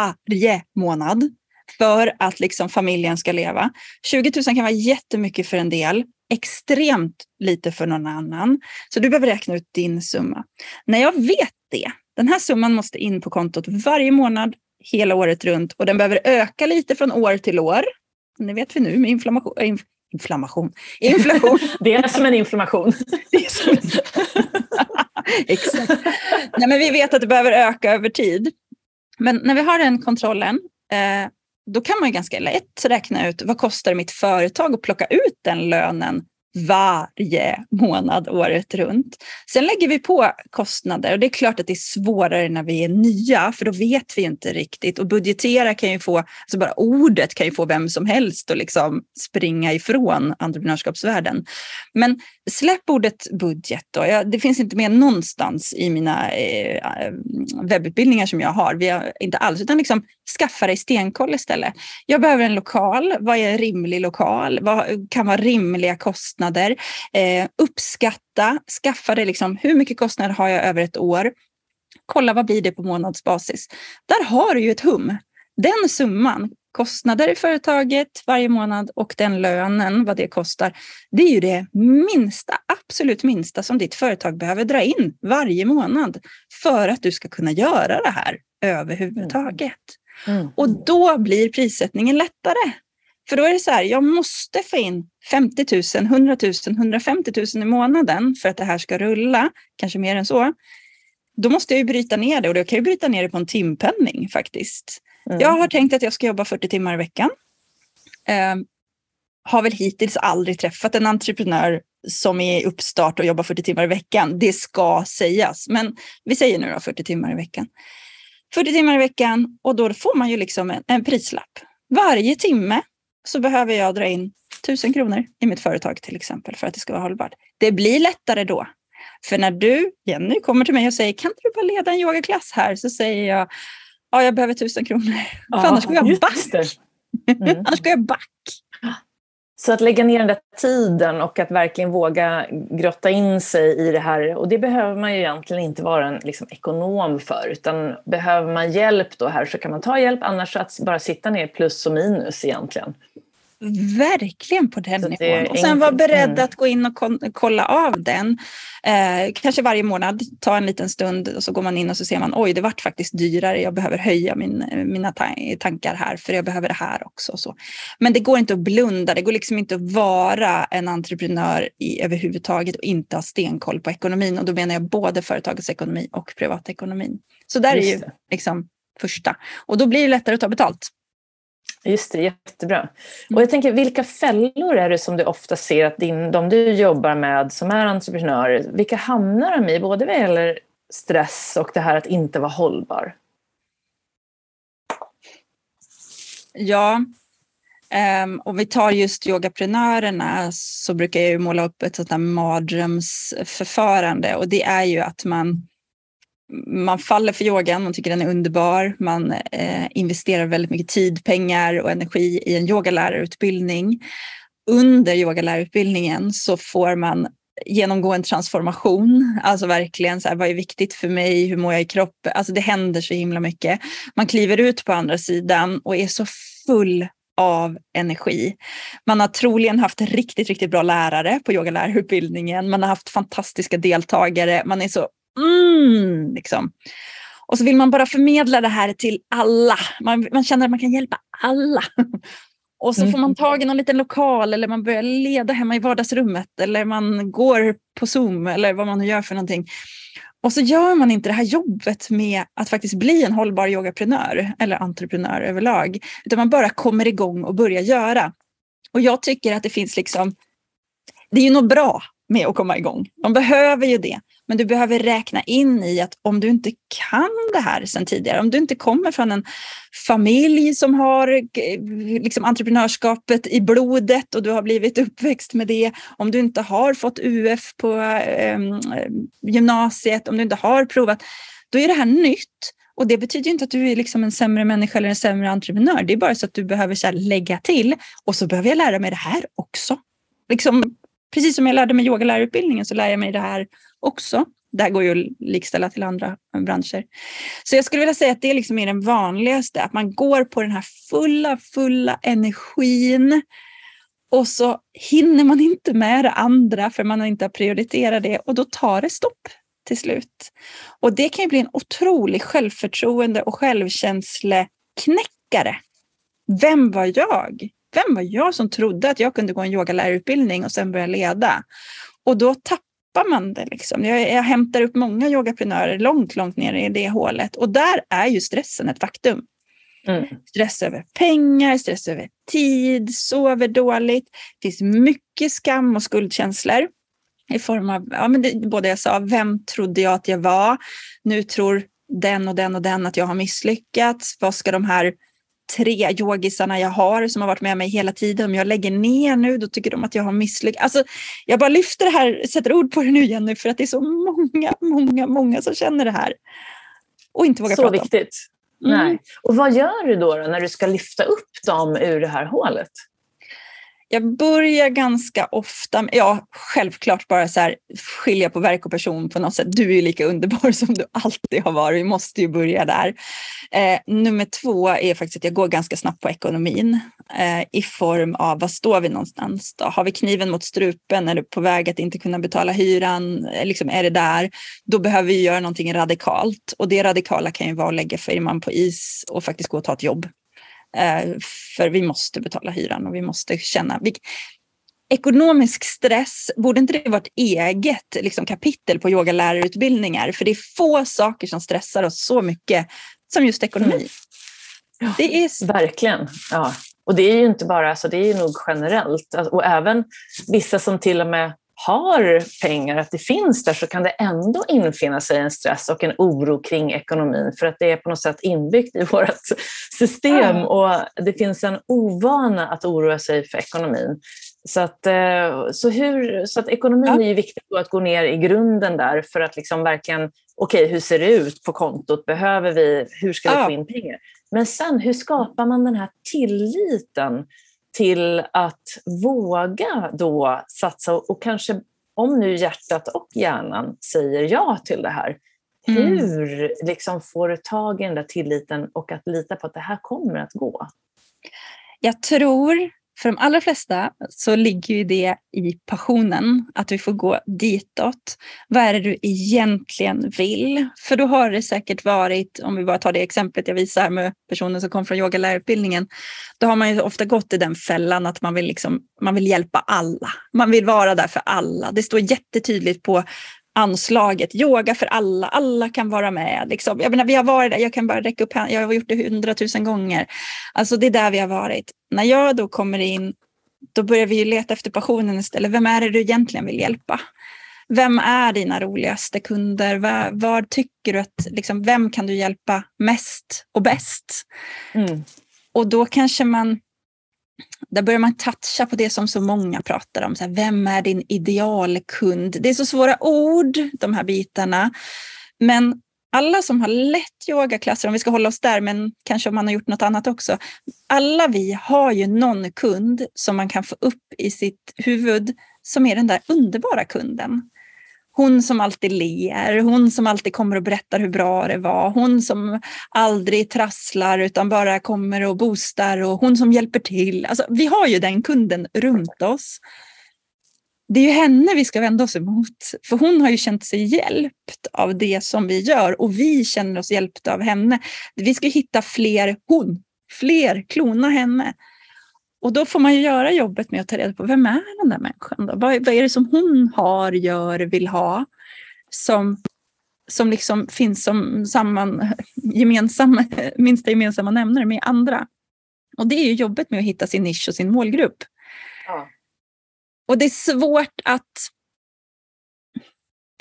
för att liksom familjen ska leva. 20 000 kan vara jättemycket för en del, extremt lite för någon annan. Så du behöver räkna ut din summa. När jag vet det, den här summan måste in på kontot varje månad, hela året runt. Och den behöver öka lite från år till år. Det vet vi nu med inflation. Det är som en inflammation. Exakt. Nej, men vi vet att det behöver öka över tid. Men när vi har den kontrollen, då kan man ju ganska lätt räkna ut vad kostar mitt företag att plocka ut den lönen varje månad året runt. Sen lägger vi på kostnader och det är klart att det är svårare när vi är nya, för då vet vi inte riktigt. Och budgetera kan ju få, alltså bara ordet kan ju få vem som helst att liksom springa ifrån entreprenörskapsvärlden. Men släpp ordet budget då. Det finns inte med någonstans i mina webbutbildningar som jag har. Vi har inte alls, utan liksom skaffa dig stenkoll istället. Jag behöver en lokal. Vad är en rimlig lokal? Vad kan vara rimliga kostnader? Uppskatta, skaffa dig liksom, hur mycket kostnader har jag över ett år? Kolla vad blir det på månadsbasis. Där har du ju ett hum. Den summan, kostnader i företaget varje månad och den lönen, vad det kostar, det är ju det minsta, absolut minsta som ditt företag behöver dra in varje månad för att du ska kunna göra det här överhuvudtaget. Och då blir prissättningen lättare. För då är det så här, jag måste få in 50 000, 100 000, 150 000 i månaden för att det här ska rulla, kanske mer än så. Då måste jag ju bryta ner det, och då kan jag bryta ner det på en timpenning faktiskt. Jag har tänkt att jag ska jobba 40 timmar i veckan. Har väl hittills aldrig träffat en entreprenör som är i uppstart och jobbar 40 timmar i veckan. Det ska sägas, men vi säger nu då 40 timmar i veckan. 40 timmar i veckan, och då får man ju liksom en prislapp. Varje timme så behöver jag dra in 1000 kronor i mitt företag till exempel för att det ska vara hållbart. Det blir lättare då. För när du, Jenny, kommer till mig och säger, kan inte du bara leda en yogaklass här? Så säger jag, ja, jag behöver 1000 kronor. För annars går jag back. Annars går jag back. Så att lägga ner den där tiden och att verkligen våga grotta in sig i det här. Och det behöver man ju egentligen inte vara en liksom ekonom för. Utan behöver man hjälp då här så kan man ta hjälp. Annars att bara sitta ner plus och minus egentligen. Verkligen på den nivån. Och sen vara beredd att gå in och kolla av den. Kanske varje månad, ta en liten stund och så går man in och så ser man, oj, det vart faktiskt dyrare. Jag behöver höja mina tankar här för jag behöver det här också. Och så. Men det går inte att blunda, det går liksom inte att vara en entreprenör överhuvudtaget och inte ha stenkoll på ekonomin. Och då menar jag både företagets ekonomi och privatekonomin. Så där är ju liksom första. Och då blir det lättare att ta betalt. Just det, jättebra. Och jag tänker, vilka fällor är det som du ofta ser att de du jobbar med som är entreprenörer, vilka hamnar de i, både vad gäller stress och det här att inte vara hållbar? Ja, om vi tar just yogaprenörerna så brukar jag ju måla upp ett sånt här mardrömsförfarande, och det är ju att man faller för yogan, man tycker den är underbar, man investerar väldigt mycket tid, pengar och energi i en yogalärarutbildning. Under yogalärarutbildningen så får man genomgå en transformation, alltså verkligen så här, vad är viktigt för mig, hur mår jag i kroppen, alltså det händer så himla mycket. Man kliver ut på andra sidan och är så full av energi. Man har troligen haft riktigt, riktigt bra lärare på yogalärarutbildningen, man har haft fantastiska deltagare, man är så liksom. Och så vill man bara förmedla det här till alla. Man känner att man kan hjälpa alla. Och så får man tag i någon liten lokal, eller man börjar leda hemma i vardagsrummet, eller man går på Zoom, eller vad man nu gör för någonting. Och så gör man inte det här jobbet med att faktiskt bli en hållbar yogaprenör eller entreprenör överlag, utan man bara kommer igång och börjar göra. Och jag tycker att det finns liksom, det är ju något bra med att komma igång. De behöver ju det. Men du behöver räkna in i att om du inte kan det här sedan tidigare, om du inte kommer från en familj som har liksom entreprenörskapet i blodet och du har blivit uppväxt med det, om du inte har fått UF på gymnasiet, om du inte har provat, då är det här nytt. Och det betyder inte att du är liksom en sämre människa eller en sämre entreprenör. Det är bara så att du behöver så här lägga till. Och så behöver jag lära mig det här också. Liksom, precis som jag lärde mig yogalärarutbildningen så lär jag mig det här också. Det här går ju att likställa till andra branscher. Så jag skulle vilja säga att det liksom är den vanligaste. Att man går på den här fulla energin. Och så hinner man inte med det andra för man inte har prioriterat det. Och då tar det stopp till slut. Och det kan ju bli en otrolig självförtroende och självkänsleknäckare. Vem var jag? Vem var jag som trodde att jag kunde gå en yogalärarutbildning och sen börja leda? Och då tappar man det liksom. Jag hämtar upp många yogaprenörer långt ner i det hålet. Och där är ju stressen ett faktum. Stress över pengar, stress över tid, sover dåligt. Det finns mycket skam och skuldkänslor. I form av, både jag sa, vem trodde jag att jag var? Nu tror den och den att jag har misslyckats. Vad ska de här 3 yogisarna jag har som har varit med mig hela tiden, om jag lägger ner nu, då tycker de att jag har misslyckats. Alltså, jag bara lyfter det här, sätter ord på det nu, Jenny, för att det är så många som känner det här. Och inte vågar prata om. Så viktigt. Nej. Och vad gör du då när du ska lyfta upp dem ur det här hålet? Jag börjar ganska ofta, självklart bara så här, skilja på verk och person på något sätt. Du är ju lika underbar som du alltid har varit. Vi måste ju börja där. Nummer 2 är faktiskt att jag går ganska snabbt på ekonomin. I form av, vad står vi någonstans då? Har vi kniven mot strupen? Är du på väg att inte kunna betala hyran? Liksom, är det där? Då behöver vi göra någonting radikalt. Och det radikala kan ju vara att lägga firman på is och faktiskt gå och ta ett jobb. För vi måste betala hyran och vi måste känna ekonomisk stress. Borde inte det vara ett eget liksom, kapitel på yogalärarutbildningar? För det är få saker som stressar oss så mycket som just ekonomi. Ja, det är verkligen. Ja. Och det är ju inte bara, alltså, det är ju nog generellt. Och även vissa som till och med har pengar, att det finns där, så kan det ändå infinna sig en stress och en oro kring ekonomin, för att det är på något sätt inbyggt i vårt system och det finns en ovana att oroa sig för ekonomin. Så att ekonomin är ju viktigt att gå ner i grunden där, för att liksom verkligen, okej, hur ser det ut på kontot? Behöver vi, hur ska vi få in pengar? Men sen, hur skapar man den här tilliten till att våga då satsa, och kanske om nu hjärtat och hjärnan säger ja till det här, hur liksom får du tag i den där tilliten och att lita på att det här kommer att gå? Jag tror för de allra flesta så ligger ju det i passionen, att vi får gå ditåt. Vad är det du egentligen vill? För då har det säkert varit, om vi bara tar det exemplet jag visar med personen som kom från yogalärarutbildningen, då har man ju ofta gått i den fällan att man vill hjälpa alla. Man vill vara där för alla. Det står jättetydligt på anslaget, yoga för alla kan vara med. Liksom. Jag menar, vi har varit där, jag kan bara räcka upp handen, jag har gjort det 100 000 gånger. Alltså det är där vi har varit. När jag då kommer in, då börjar vi ju leta efter passionen istället. Vem är det du egentligen vill hjälpa? Vem är dina roligaste kunder? Vad tycker du att, liksom, vem kan du hjälpa mest och bäst? Och då kanske där börjar man toucha på det som så många pratar om. Så här, vem är din idealkund? Det är så svåra ord, de här bitarna. Men alla som har lett yogaklasser, om vi ska hålla oss där, men kanske om man har gjort något annat också. Alla vi har ju någon kund som man kan få upp i sitt huvud som är den där underbara kunden. Hon som alltid ler, hon som alltid kommer och berättar hur bra det var. Hon som aldrig trasslar utan bara kommer och boostar, och hon som hjälper till. Alltså, vi har ju den kunden runt oss. Det är ju henne vi ska vända oss emot. För hon har ju känt sig hjälpt av det som vi gör, och vi känner oss hjälpta av henne. Vi ska hitta fler, klona henne. Och då får man ju göra jobbet med att ta reda på, vem är den där människan då? Vad är det som hon har, gör, vill ha, som liksom finns som minsta gemensamma nämnare med andra. Och det är ju jobbet med att hitta sin nisch och sin målgrupp. Ja. Och det är svårt att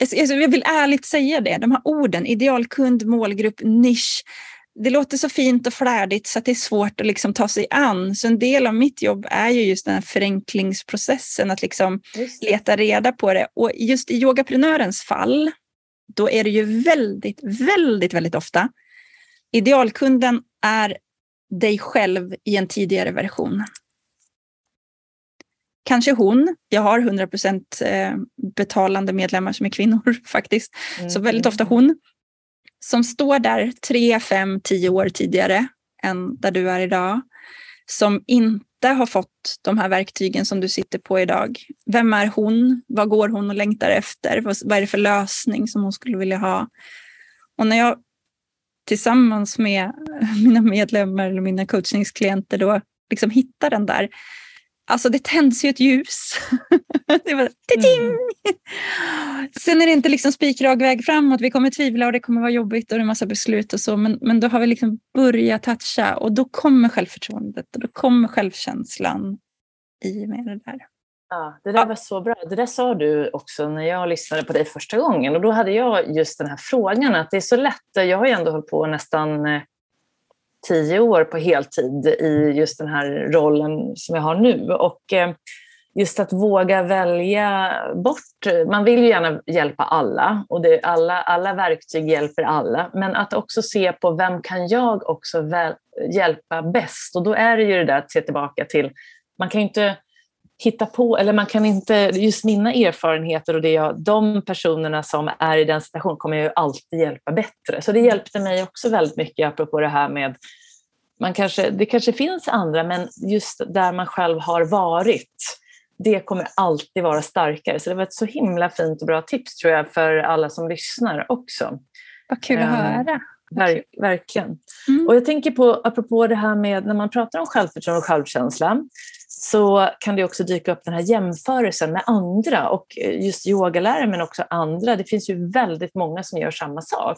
Jag vill ärligt säga det. De här orden, idealkund, målgrupp, nisch. Det låter så fint och flärdigt så att det är svårt att liksom ta sig an. Så en del av mitt jobb är ju just den här förenklingsprocessen. Att liksom leta reda på det. Och just i yogaprenörens fall, då är det ju väldigt, väldigt, väldigt ofta. Idealkunden är dig själv i en tidigare version. Kanske hon. Jag har 100% betalande medlemmar som är kvinnor faktiskt. Så väldigt ofta hon. Som står där 3, 5, 10 år tidigare än där du är idag. Som inte har fått de här verktygen som du sitter på idag. Vem är hon? Vad går hon och längtar efter? Vad är det för lösning som hon skulle vilja ha? Och när jag tillsammans med mina medlemmar eller mina coachningsklienter då liksom hittar den där. Alltså det tänds ju ett ljus. Det var Sen är det inte liksom spikrak väg framåt. Vi kommer tvivla och det kommer vara jobbigt och det är en massa beslut och så. Men då har vi liksom börjat toucha och då kommer självförtroendet och då kommer självkänslan i med det där. Ja, det där var så bra. Det där sa du också när jag lyssnade på dig första gången. Och då hade jag just den här frågan att det är så lätt. Jag har ju ändå hållit på nästan 10 år på heltid i just den här rollen som jag har nu. Och just att våga välja bort. Man vill ju gärna hjälpa alla. Och alla verktyg hjälper alla. Men att också se på vem kan jag också hjälpa bäst. Och då är det ju det där att se tillbaka till. Man kan ju inte hitta på, eller man kan inte, just mina erfarenheter och de personerna som är i den situationen kommer ju alltid hjälpa bättre. Så det hjälpte mig också väldigt mycket apropå det här med, det kanske finns andra, men just där man själv har varit, det kommer alltid vara starkare. Så det var ett så himla fint och bra tips tror jag för alla som lyssnar också. Vad kul att höra. Verkligen. Och jag tänker på, apropå det här med när man pratar om självförtroende och självkänsla, så kan det också dyka upp den här jämförelsen med andra och just yogalärare men också andra. Det finns ju väldigt många som gör samma sak.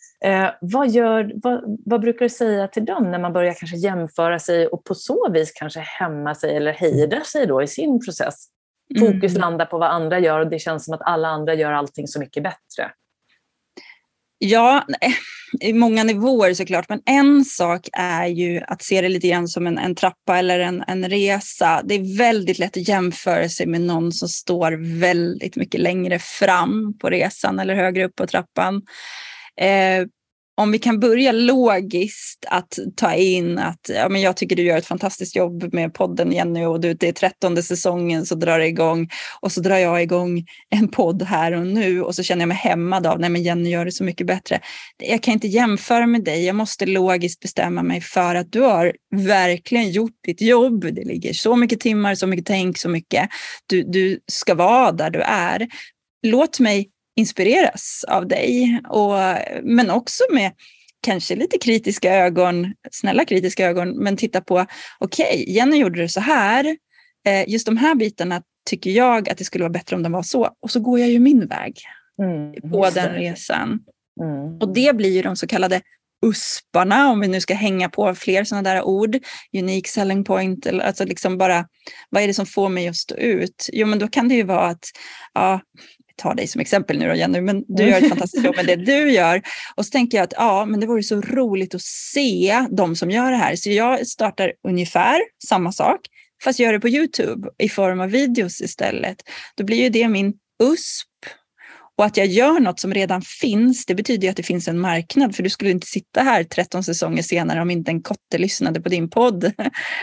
Vad brukar du säga till dem när man börjar kanske jämföra sig och på så vis kanske hämma sig eller hejda sig då i sin process? Fokus landar på vad andra gör och det känns som att alla andra gör allting så mycket bättre. Ja, i många nivåer såklart. Men en sak är ju att se det lite grann som en trappa eller en resa. Det är väldigt lätt att jämföra sig med någon som står väldigt mycket längre fram på resan eller högre upp på trappan. Om vi kan börja logiskt att ta in att men jag tycker du gör ett fantastiskt jobb med podden Jenny och det är 13:e säsongen så drar det igång och så drar jag igång en podd här och nu och så känner jag mig hämmad av nej men Jenny gör det så mycket bättre. Jag kan inte jämföra med dig, jag måste logiskt bestämma mig för att du har verkligen gjort ditt jobb, det ligger så mycket timmar, så mycket tänk, så mycket du ska vara där du är. Låt mig inspireras av dig men också med kanske lite kritiska ögon, snälla kritiska ögon, men titta på okej, Jenny gjorde det så här, just de här bitarna tycker jag att det skulle vara bättre om de var så, och så går jag ju min väg på den resan. Och det blir ju de så kallade USParna, om vi nu ska hänga på fler sådana där ord, unique selling point, eller alltså liksom bara, vad är det som får mig att stå ut? Jo, men då kan det ju vara att ta dig som exempel nu då Jenny, men du gör ett fantastiskt jobb med det du gör. Och så tänker jag att men det vore så roligt att se de som gör det här. Så jag startar ungefär samma sak, fast gör det på YouTube i form av videos istället. Då blir ju det min USP. Och att jag gör något som redan finns, det betyder ju att det finns en marknad. För du skulle inte sitta här 13 säsonger senare om inte en kotte lyssnade på din podd.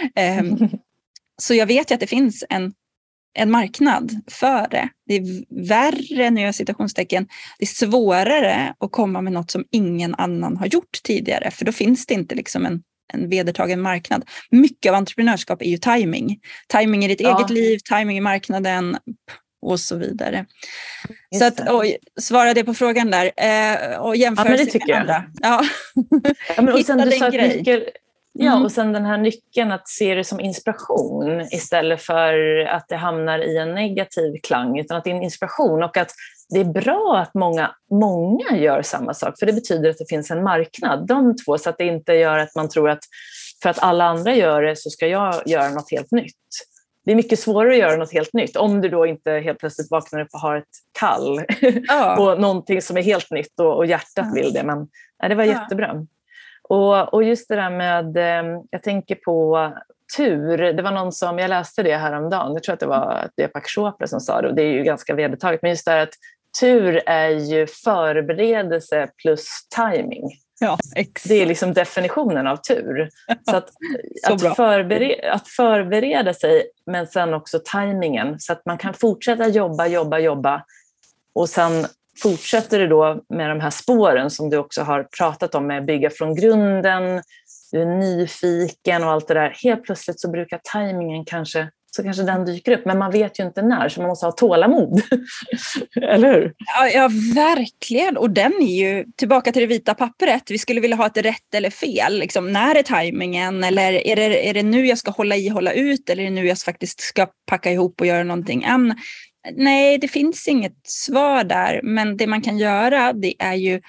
Så jag vet ju att det finns en marknad för det. Det är värre, nu gör jag citationstecken, det är svårare att komma med något som ingen annan har gjort tidigare. För då finns det inte liksom en vedertagen marknad. Mycket av entreprenörskap är ju timing. Timing i ditt eget liv, timing i marknaden och så vidare. Just så att, svara det på frågan där. Och jämföra sig med andra. Ja. Men och sen du sa och sen den här nyckeln att se det som inspiration istället för att det hamnar i en negativ klang, utan att det är en inspiration och att det är bra att många gör samma sak, för det betyder att det finns en marknad, de två, så att det inte gör att man tror att för att alla andra gör det så ska jag göra något helt nytt. det är mycket svårare att göra något helt nytt om du då inte helt plötsligt vaknar upp och har ett kall på någonting som är helt nytt och hjärtat vill det. Men det var jättebra. Och just det där med, jag tänker på tur. Det var någon som, jag läste det häromdagen, jag tror att det var Deepak Chopra som sa det, och det är ju ganska vedertaget, men just det här att tur är ju förberedelse plus timing. Ja, exakt. Det är liksom definitionen av tur. Så att förbereda sig, men sen också timingen, så att man kan fortsätta jobba och sen fortsätter det då med de här spåren som du också har pratat om, med bygga från grunden, du är nyfiken och allt det där. Helt plötsligt så brukar timingen kanske den dyker upp, men man vet ju inte när, så man måste ha tålamod. Eller hur? Ja, verkligen. Och den är ju tillbaka till det vita pappret. Vi skulle vilja ha ett rätt eller fel. Liksom, när är timingen? Eller är det nu jag ska hålla ut? Eller är det nu jag faktiskt ska packa ihop och göra någonting? Nej, det finns inget svar där. Men det man kan göra, det är ju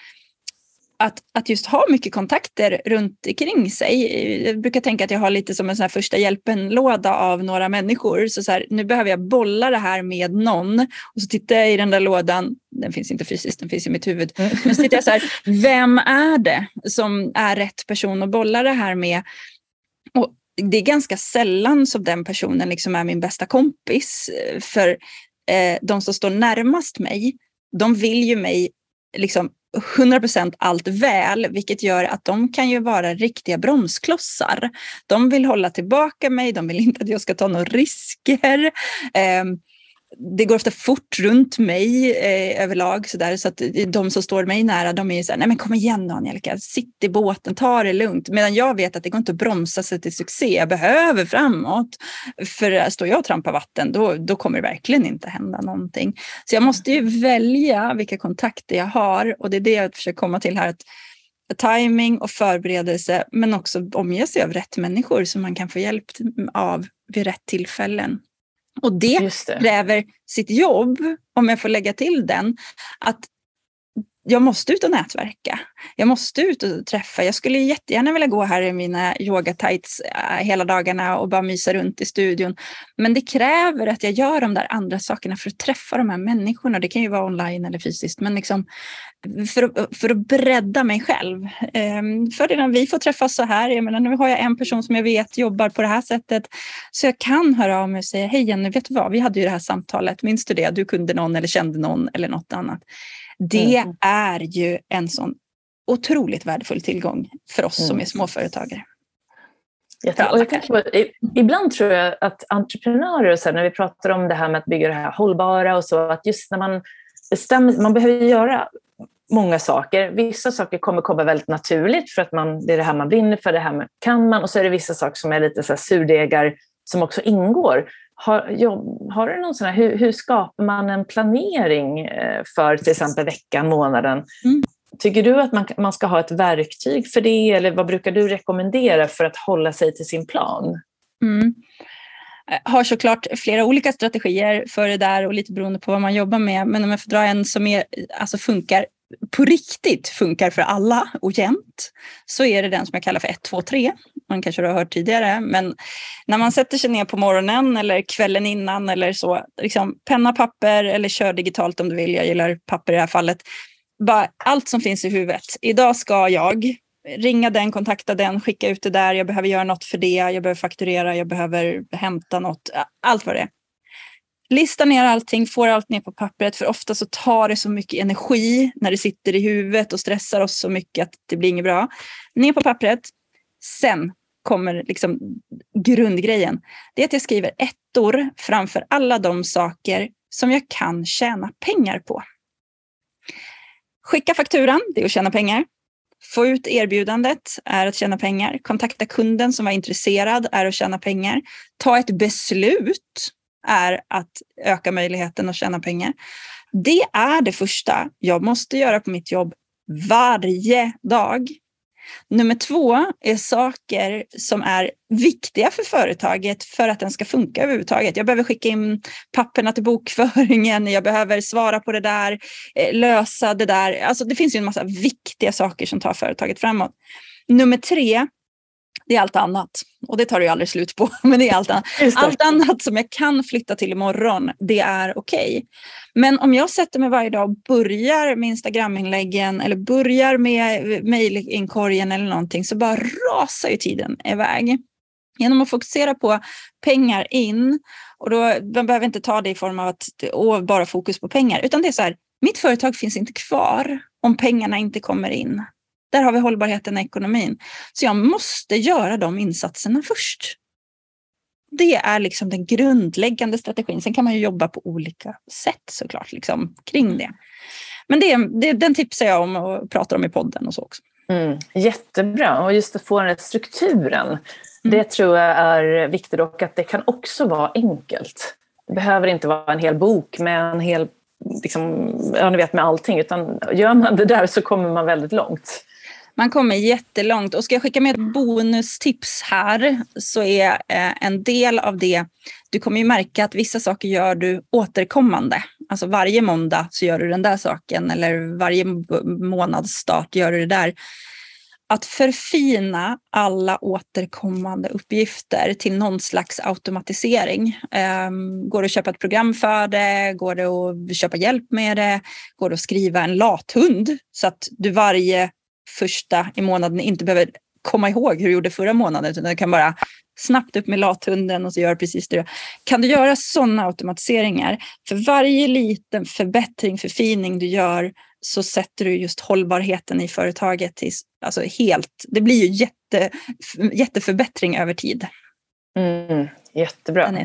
att just ha mycket kontakter runt omkring sig. Jag brukar tänka att jag har lite som en sån här första hjälpen-låda av några människor. Så här, nu behöver jag bolla det här med någon. Och så tittar jag i den där lådan. Den finns inte fysiskt, den finns i mitt huvud. Men så tittar jag så här, vem är det som är rätt person att bolla det här med? Och det är ganska sällan som den personen liksom är min bästa kompis. För de som står närmast mig, de vill ju mig liksom 100% allt väl, vilket gör att de kan ju vara riktiga bromsklossar. De vill hålla tillbaka mig, de vill inte att jag ska ta några risker. Det går ofta fort runt mig överlag så att de som står mig nära, de är ju så här, nej men kom igen då, Angelica, sitt i båten, ta det lugnt. Medan jag vet att det går inte att bromsa sig till succé, jag behöver framåt. För står jag och trampar vatten, då kommer det verkligen inte hända någonting. Så jag måste ju välja vilka kontakter jag har, och det är det jag försöker komma till här, att timing och förberedelse, men också omge sig av rätt människor som man kan få hjälp av vid rätt tillfällen. Och det kräver sitt jobb, om jag får lägga till den, att jag måste ut och nätverka. Jag måste ut och träffa. Jag skulle jättegärna vilja gå här i mina yoga-tights hela dagarna och bara mysa runt i studion. Men det kräver att jag gör de där andra sakerna för att träffa de här människorna. Det kan ju vara online eller fysiskt, men liksom för att bredda mig själv. För när vi får träffas så här, jag menar, nu har jag en person som jag vet jobbar på det här sättet, så jag kan höra av mig och säga, hej Jenny, vet du vad? Vi hade ju det här samtalet, minns du det? Du kunde någon eller kände någon eller något annat. Det är ju en sån otroligt värdefull tillgång för oss som är småföretagare. Och jag tänker på, ibland tror jag att entreprenörer, så här, när vi pratar om det här med att bygga det här hållbara och så, att just när man bestämmer, man behöver göra många saker. Vissa saker kommer komma väldigt naturligt för att det är det här man brinner för, det här kan man, och så är det vissa saker som är lite så här surdegar som också ingår. Har du någon sån här, hur skapar man en planering för till exempel veckan, månaden? Tycker du att man ska ha ett verktyg för det, eller vad brukar du rekommendera för att hålla sig till sin plan? Jag har såklart flera olika strategier för det där, och lite beroende på vad man jobbar med. Men om jag får dra en som funkar på riktigt, funkar för alla och jämt, så är det den som jag kallar för 1, 2, 3. Man kanske har hört tidigare, men när man sätter sig ner på morgonen eller kvällen innan eller så, liksom penna, papper, eller kör digitalt om du vill, jag gillar papper i det här fallet. Bara allt som finns i huvudet. Idag ska jag ringa den, kontakta den, skicka ut det där, jag behöver göra något för det, jag behöver fakturera, jag behöver hämta något, allt vad det är. Lista ner allting, får allt ner på pappret, för ofta så tar det så mycket energi när det sitter i huvudet och stressar oss så mycket att det blir inget bra. Ner på pappret, sen kommer liksom grundgrejen. Det är att jag skriver ettor framför alla de saker som jag kan tjäna pengar på. Skicka fakturan, det är att tjäna pengar. Få ut erbjudandet är att tjäna pengar. Kontakta kunden som var intresserad är att tjäna pengar. Ta ett beslut är att öka möjligheten att tjäna pengar. Det är det första jag måste göra på mitt jobb varje dag. Nummer 2 är saker som är viktiga för företaget för att den ska funka överhuvudtaget. Jag behöver skicka in papperna till bokföringen, jag behöver svara på det där, lösa det där. Alltså det finns ju en massa viktiga saker som tar företaget framåt. Nummer 3, Det är allt annat. Och det tar det ju aldrig slut på. Men det är allt annat. Allt annat som jag kan flytta till imorgon, det är okej. Men om jag sätter mig varje dag och börjar med Instagram-inläggen eller börjar med mejlinkorgen eller någonting, så bara rasar ju tiden iväg. Genom att fokusera på pengar in, och då man behöver inte ta det i form av att bara fokus på pengar, utan det är så här, mitt företag finns inte kvar om pengarna inte kommer in. Där har vi hållbarheten i ekonomin. Så jag måste göra de insatserna först. Det är liksom den grundläggande strategin. Sen kan man ju jobba på olika sätt såklart liksom, kring det. Men den tipsar jag om och pratar om i podden och så också. Jättebra. Och just att få den här strukturen. Det tror jag är viktigt, och att det kan också vara enkelt. Det behöver inte vara en hel bok med en hel, liksom, ja, ni vet, med allting. Utan gör man det där så kommer man väldigt långt. Man kommer jättelångt. Och ska jag skicka med ett bonustips här, så är en del av det, du kommer ju märka att vissa saker gör du återkommande. Alltså varje måndag så gör du den där saken, eller varje månadsstart gör du det där. Att förfina alla återkommande uppgifter till någon slags automatisering. Går det att köpa ett program för det? Går det att köpa hjälp med det? Går det att skriva en lathund så att du varje första i månaden inte behöver komma ihåg hur du gjorde förra månaden, utan du kan bara snabbt upp med lathunden och så gör precis det. Kan du göra sådana automatiseringar? För varje liten förbättring, förfining du gör, så sätter du just hållbarheten i företaget till, alltså helt, det blir ju jätteförbättring över tid. Jättebra.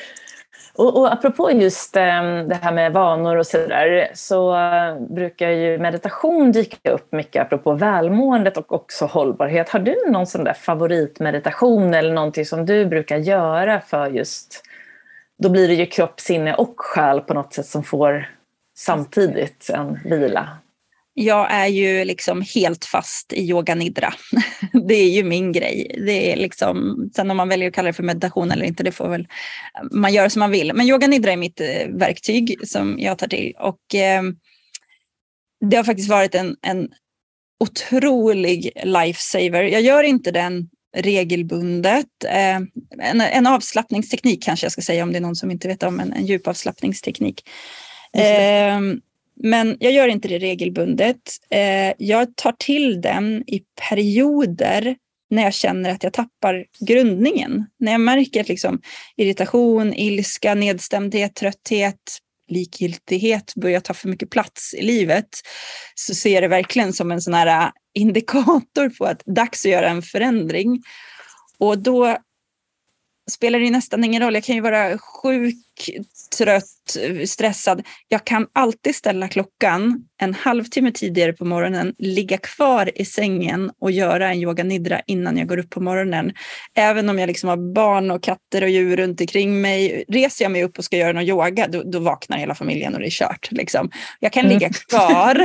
Och apropå just det här med vanor och sådär, så brukar ju meditation dyka upp mycket apropå välmåendet och också hållbarhet. Har du någon sån där favoritmeditation eller någonting som du brukar göra för just, då blir det ju kropp, sinne och själ på något sätt som får samtidigt en vila? Jag är ju liksom helt fast i yoga nidra. Det är ju min grej. Det är liksom, sen om man väljer att kalla det för meditation eller inte, det får väl man göra som man vill. Men yoga nidra är mitt verktyg som jag tar till. Och det har faktiskt varit en otrolig lifesaver. Jag gör inte den regelbundet. En avslappningsteknik kanske jag ska säga, om det är någon som inte vet om en djup avslappningsteknik. Men jag gör inte det regelbundet. Jag tar till den i perioder när jag känner att jag tappar grundningen. När jag märker att liksom irritation, ilska, nedstämdhet, trötthet, likgiltighet börjar ta för mycket plats i livet, så ser jag det verkligen som en sån här indikator på att dags att göra en förändring. Och då spelar det nästan ingen roll. Jag kan ju vara sjuk, trött, stressad. Jag kan alltid ställa klockan en halvtimme tidigare på morgonen, ligga kvar i sängen och göra en yoga nidra innan jag går upp på morgonen. Även om jag liksom har barn och katter och djur runt omkring mig. Reser jag mig upp och ska göra någon yoga, då vaknar hela familjen och det är kört. Liksom. Jag kan ligga kvar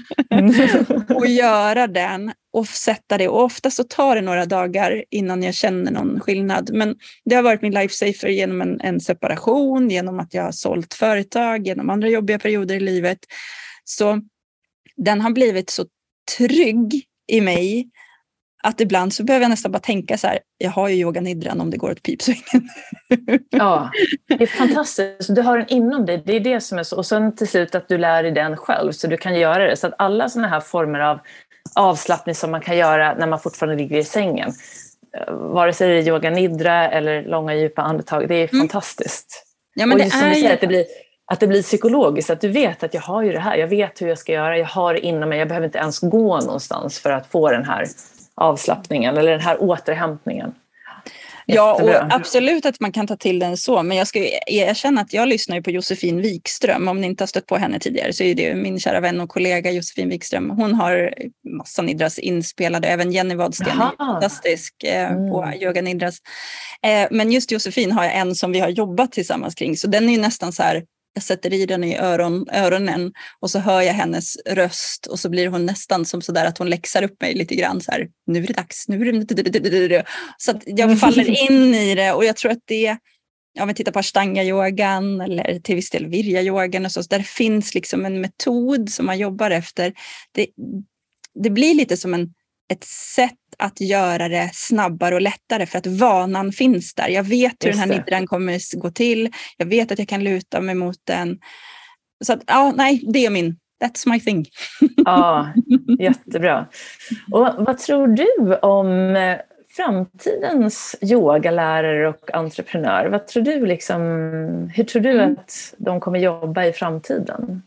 och göra den och sätta det. Och ofta så tar det några dagar innan jag känner någon skillnad. Men det har varit min lifesaver genom en separation, genom att jag har sålt företag, genom andra jobbiga perioder i livet. Så den har blivit så trygg i mig att ibland så behöver jag nästan bara tänka så här, jag har ju yoga nidran om det går åt pipsvängen. Ja, det är fantastiskt. Du har den inom dig, det är det som är så. Och sen till slut att du lär dig den själv så du kan göra det. Så att alla sådana här former av avslappning som man kan göra när man fortfarande ligger i sängen, vare sig det är yoga nidra eller långa djupa andetag, det är fantastiskt. Ja, men och just det som du säger, att det blir psykologiskt, att du vet att jag har ju det här, jag vet hur jag ska göra, jag har det inom mig, jag behöver inte ens gå någonstans för att få den här avslappningen eller den här återhämtningen. Ja, och absolut att man kan ta till den så, men jag ska erkänna att jag lyssnar ju på Josefin Wikström. Om ni inte har stött på henne tidigare så är det min kära vän och kollega Josefin Wikström. Hon har massa nidras inspelade, även Jenny Wadsten är fantastisk på yoga nidras. Men just Josefin har jag en som vi har jobbat tillsammans kring, så den är ju nästan så här, jag sätter i den i öronen och så hör jag hennes röst och så blir hon nästan som så där att hon läxar upp mig lite grann så här, nu är det dags, nu är det. Så att jag faller in i det, och jag tror att det, om vi tittar på ashtanga-yogan eller till viss del virya-yogan och så, där finns liksom en metod som man jobbar efter. Det blir lite som ett sätt att göra det snabbare och lättare för att vanan finns där. Jag vet hur den här nidran kommer gå till. Jag vet att jag kan luta mig mot den. Så att, det är that's my thing. Ja, jättebra. Och vad tror du om framtidens yogalärare och entreprenör? Vad tror du hur tror du att de kommer jobba i framtiden?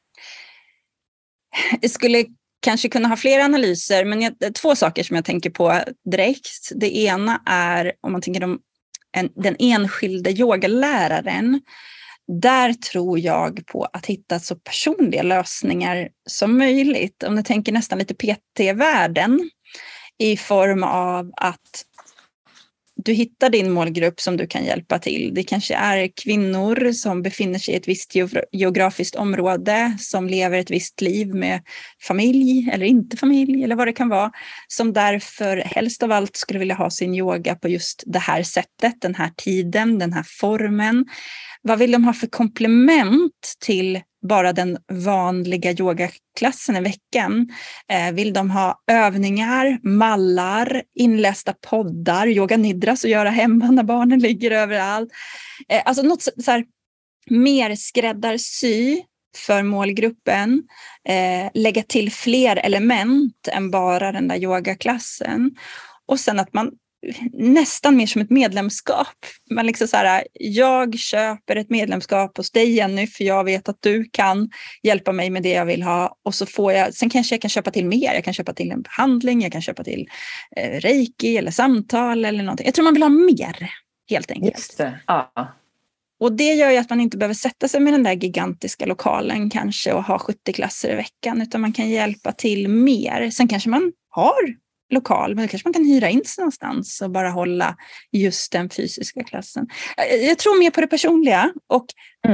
Jag skulle kanske kunna ha fler analyser, men två saker som jag tänker på direkt. Det ena är, om man tänker om den enskilde yogaläraren, där tror jag på att hitta så personliga lösningar som möjligt. Om du tänker nästan lite PT-världen, i form av att du hittar din målgrupp som du kan hjälpa till. Det kanske är kvinnor som befinner sig i ett visst geografiskt område, som lever ett visst liv med familj eller inte familj eller vad det kan vara, som därför helst av allt skulle vilja ha sin yoga på just det här sättet, den här tiden, den här formen. Vad vill de ha för komplement till bara den vanliga yogaklassen i veckan? Vill de ha övningar, mallar, inlästa poddar, yoga nidras och göra hemma när barnen ligger överallt? Alltså något så här mer skräddarsy för målgruppen. Lägga till fler element än bara den där yogaklassen. Och sen att man nästan mer som ett medlemskap. Man liksom så här, jag köper ett medlemskap hos dig, Jenny, för jag vet att du kan hjälpa mig med det jag vill ha, och så får jag, sen kanske jag kan köpa till mer. Jag kan köpa till en behandling, jag kan köpa till reiki eller samtal eller någonting. Jag tror man vill ha mer, helt enkelt. Just det, ja. Och det gör ju att man inte behöver sätta sig med den där gigantiska lokalen kanske och ha 70 klasser i veckan, utan man kan hjälpa till mer. Sen kanske man har lokal, men kanske man kan hyra in sig någonstans och bara hålla just den fysiska klassen. Jag tror mer på det personliga och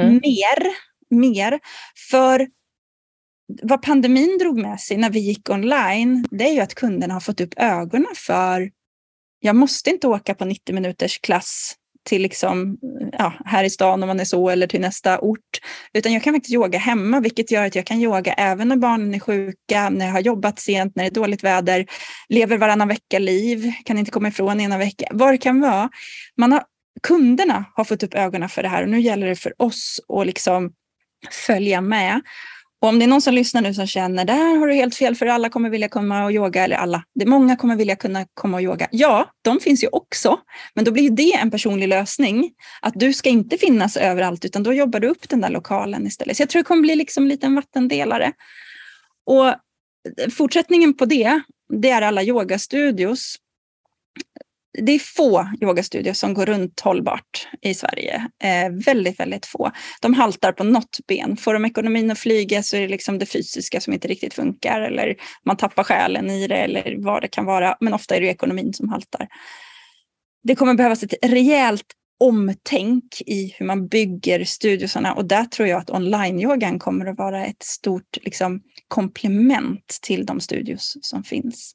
mer för vad pandemin drog med sig när vi gick online, det är ju att kunderna har fått upp ögonen för, jag måste inte åka på 90 minuters klass till liksom, här i stan om man är så, eller till nästa ort, utan jag kan faktiskt yoga hemma, vilket gör att jag kan yoga även när barnen är sjuka, när jag har jobbat sent, när det är dåligt väder, lever varannan vecka liv, kan inte komma ifrån ena vecka, vad det kan vara. Kunderna har fått upp ögonen för det här, och nu gäller det för oss att liksom följa med. Och om det är någon som lyssnar nu som känner, där har du helt fel, för alla kommer vilja komma och yoga, eller många kommer vilja kunna komma och yoga. Ja, de finns ju också, men då blir ju det en personlig lösning. Att du ska inte finnas överallt, utan då jobbar du upp den där lokalen istället. Så jag tror det kommer bli liksom lite en vattendelare. Och fortsättningen på det är alla yogastudios. Det är få yogastudios som går runt hållbart i Sverige. Väldigt, väldigt få. De haltar på något ben. Får de ekonomin att flyga så är det liksom det fysiska som inte riktigt funkar. Eller man tappar själen i det, eller vad det kan vara. Men ofta är det ekonomin som haltar. Det kommer behövas ett rejält omtänk i hur man bygger studiosarna. Och där tror jag att online-yogan kommer att vara ett stort liksom, komplement till de studios som finns.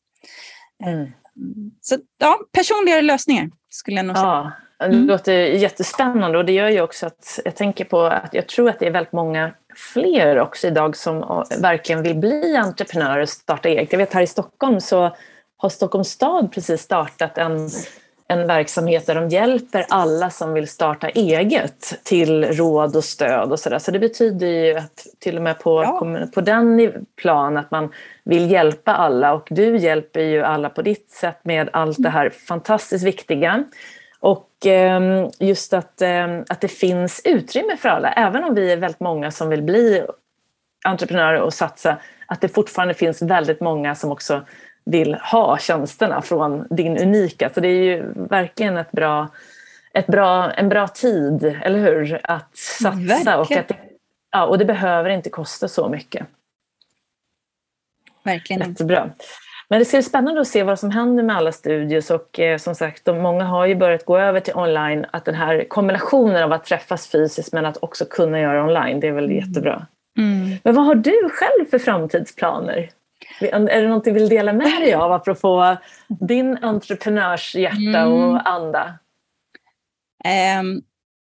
Så personligare lösningar skulle jag nog säga. Ja, det låter jättespännande, och det gör ju också att jag tänker på att jag tror att det är väldigt många fler också idag som verkligen vill bli entreprenörer och starta eget. Jag vet, här i Stockholm så har Stockholms stad precis startat en verksamhet där de hjälper alla som vill starta eget till råd och stöd och sådär. Så det betyder ju att till och med på den plan att man vill hjälpa alla, och du hjälper ju alla på ditt sätt med allt det här fantastiskt viktiga. Och just att det finns utrymme för alla, även om vi är väldigt många som vill bli entreprenörer och satsa, att det fortfarande finns väldigt många som också vill ha tjänsterna från din unika. Så det är ju verkligen en bra tid, eller hur? Att satsa, och det behöver inte kosta så mycket. Verkligen. Jättebra. Men det ska bli spännande att se vad som händer med alla studios, och som sagt, många har ju börjat gå över till online, att den här kombinationen av att träffas fysiskt men att också kunna göra online, det är väl jättebra. Men vad har du själv för framtidsplaner? Är det något du vill dela med dig av apropå din entreprenörshjärta och anda?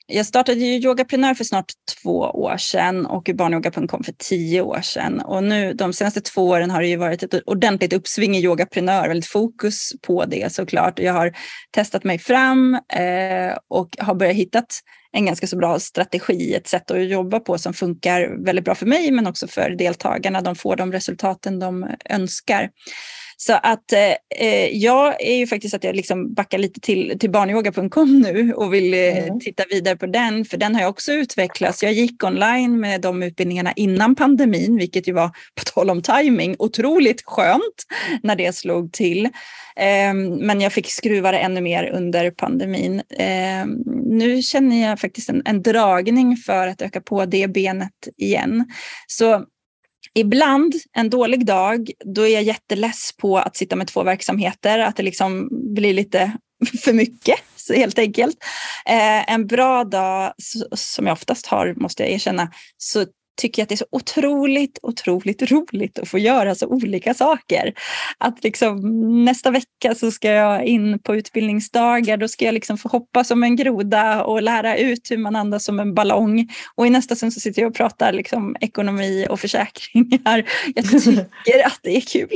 Jag startade ju Yogaprenör för snart 2 år sedan och barnyoga.com för 10 år sedan. Och nu de senaste 2 åren har det ju varit ett ordentligt uppsving i Yogaprenör, väldigt fokus på det såklart. Jag har testat mig fram och har börjat hitta en ganska så bra strategi, ett sätt att jobba på som funkar väldigt bra för mig men också för deltagarna. De får de resultaten de önskar. Så att jag är ju faktiskt att jag liksom backar lite till barnyoga.com nu och vill titta vidare på den, för den har jag också utvecklats. Jag gick online med de utbildningarna innan pandemin, vilket ju var, på tal om timing, otroligt skönt när det slog till. Men jag fick skruva det ännu mer under pandemin. Nu känner jag faktiskt en dragning för att öka på det benet igen. Så ibland, en dålig dag, då är jag jätteless på att sitta med 2 verksamheter, att det liksom blir lite för mycket, så helt enkelt. En bra dag, som jag oftast har, måste jag erkänna, så tycker jag att det är så otroligt roligt att få göra så olika saker. Att liksom, nästa vecka så ska jag in på utbildningsdagar, då ska jag liksom få hoppa som en groda och lära ut hur man andas som en ballong. Och i nästa stund så sitter jag och pratar liksom ekonomi och försäkringar. Jag tycker att det är kul.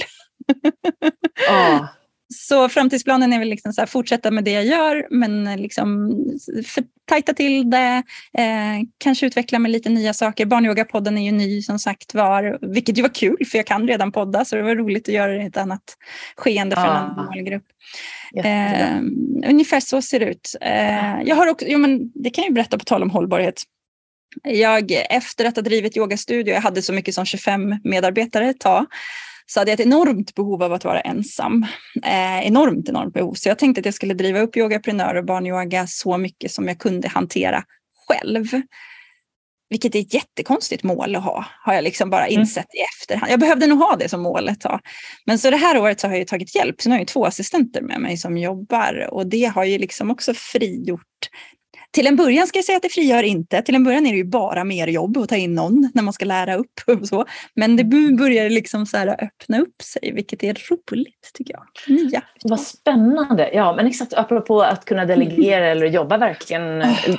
Så framtidsplanen är väl liksom så här, fortsätta med det jag gör, men liksom tajta till det, kanske utveckla med lite nya saker. Barnyogapodden är ju ny som sagt var, vilket ju var kul för jag kan redan podda, så det var roligt att göra det i ett annat skeende för en annan målgrupp. Ungefär så ser det ut. Jag har också, men det kan jag ju berätta på tal om hållbarhet. Jag, efter att ha drivit yogastudio, jag hade så mycket som 25 medarbetare ett tag, så hade jag ett enormt behov av att vara ensam. Enormt behov. Så jag tänkte att jag skulle driva upp Yogaprenör och barnyoga så mycket som jag kunde hantera själv. Vilket är ett jättekonstigt mål att ha, har jag liksom bara insett i efterhand. Jag behövde nog ha det som mål ett tag. Men så det här året så har jag ju tagit hjälp. Så nu har jag 2 assistenter med mig som jobbar. Och det har ju liksom också frigjort. Till en början ska jag säga att det frigör inte. Till en början är det ju bara mer jobb att ta in någon när man ska lära upp och så. Men det börjar liksom så här öppna upp sig, vilket är roligt tycker jag. Nya. Vad spännande. Ja, men exakt, apropå att kunna delegera eller jobba verkligen,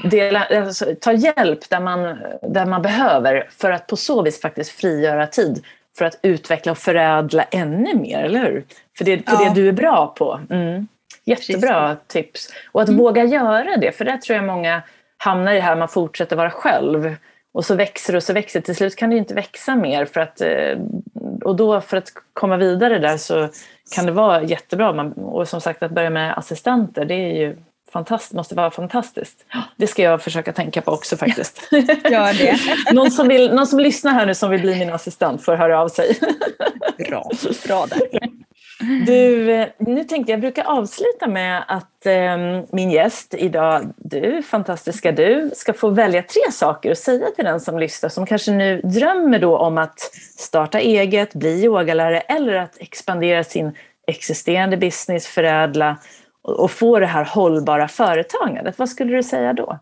ta hjälp där man behöver för att på så vis faktiskt frigöra tid för att utveckla och förädla ännu mer, eller hur? För det är det du är bra på. Jättebra tips. Och att våga göra det. För det tror jag många hamnar i här. Man fortsätter vara själv. Och så växer. Till slut kan det ju inte växa mer. Och då för att komma vidare där så kan det vara jättebra. Och som sagt att börja med assistenter. Det är ju fantastiskt. Måste vara fantastiskt. Det ska jag försöka tänka på också faktiskt. Gör det. någon som lyssnar här nu som vill bli min assistent får höra av sig. Bra där. Du, nu tänkte jag brukar avsluta med att min gäst idag, fantastiska du, ska få välja 3 saker och säga till den som lyssnar som kanske nu drömmer då om att starta eget, bli yogalärare eller att expandera sin existerande business, förädla och få det här hållbara företagandet. Vad skulle du säga då?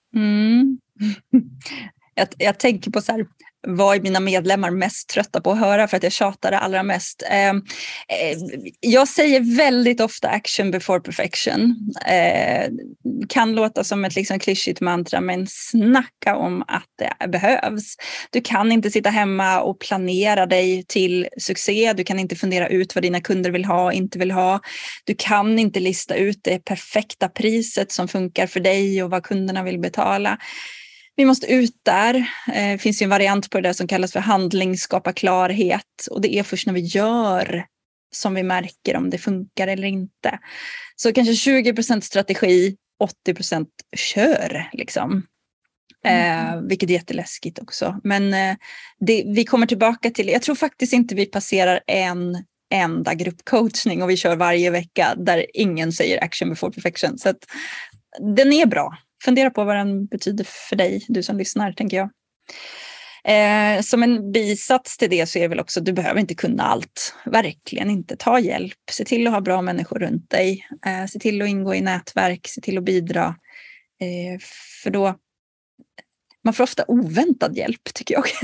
Jag tänker på så här, vad är mina medlemmar mest trötta på att höra för att jag tjatar det allra mest. Jag säger väldigt ofta action before perfection. Kan låta som ett liksom klyschigt mantra, men snacka om att det behövs. Du kan inte sitta hemma och planera dig till succé. Du kan inte fundera ut vad dina kunder vill ha och inte vill ha. Du kan inte lista ut det perfekta priset som funkar för dig och vad kunderna vill betala. Vi måste ut där. Det finns ju en variant på det där som kallas för handling, skapa klarhet. Och det är först när vi gör som vi märker om det funkar eller inte. Så kanske 20% strategi, 80% kör liksom. Vilket är jätteläskigt också. Men vi kommer tillbaka till, jag tror faktiskt inte vi passerar en enda gruppcoachning och vi kör varje vecka där ingen säger action before perfection. Så att den är bra. Fundera på vad den betyder för dig, du som lyssnar, tänker jag. Som en bisats till det så är det väl också, du behöver inte kunna allt. Verkligen inte. Ta hjälp. Se till att ha bra människor runt dig. Se till att ingå i nätverk. Se till att bidra. För då, man får ofta oväntad hjälp, tycker jag.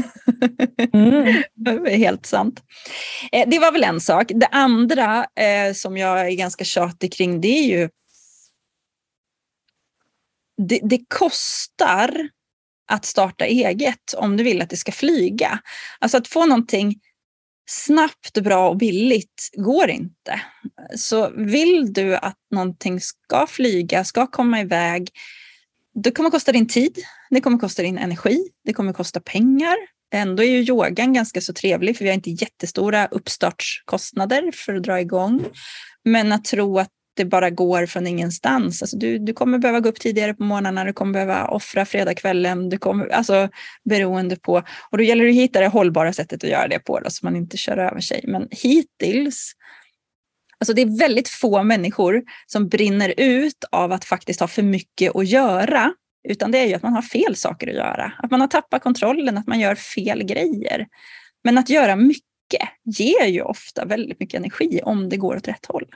Helt sant. Det var väl en sak. Det andra som jag är ganska tjatig kring, det är ju det kostar att starta eget om du vill att det ska flyga. Alltså att få någonting snabbt, bra och billigt går inte. Så vill du att någonting ska flyga, ska komma iväg, det kommer kosta din tid, det kommer kosta din energi, det kommer kosta pengar. Ändå är ju yogan ganska så trevlig för vi har inte jättestora uppstartskostnader för att dra igång. Men att tro att det bara går från ingenstans. Alltså du kommer behöva gå upp tidigare på morgnarna, du kommer behöva offra fredagskvällen, alltså beroende på. Och då gäller det att hitta det hållbara sättet att göra det på då, så man inte kör över sig. Men hittills, alltså det är väldigt få människor som brinner ut av att faktiskt ha för mycket att göra. Utan det är ju att man har fel saker att göra. Att man har tappat kontrollen, att man gör fel grejer. Men att göra mycket ger ju ofta väldigt mycket energi om det går åt rätt håll.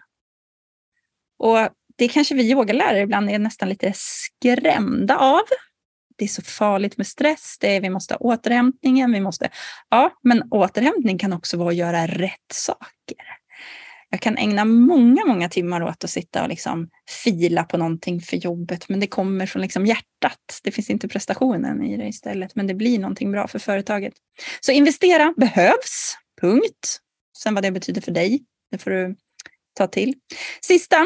Och det kanske vi yogalärare ibland är nästan lite skrämda av. Det är så farligt med stress, vi måste ha återhämtningen, men återhämtning kan också vara att göra rätt saker. Jag kan ägna många timmar åt att sitta och liksom fila på någonting för jobbet, men det kommer från liksom hjärtat. Det finns inte prestationen i det istället, men det blir någonting bra för företaget. Så investera behövs, punkt. Sen vad det betyder för dig, det får du ta till. Sista.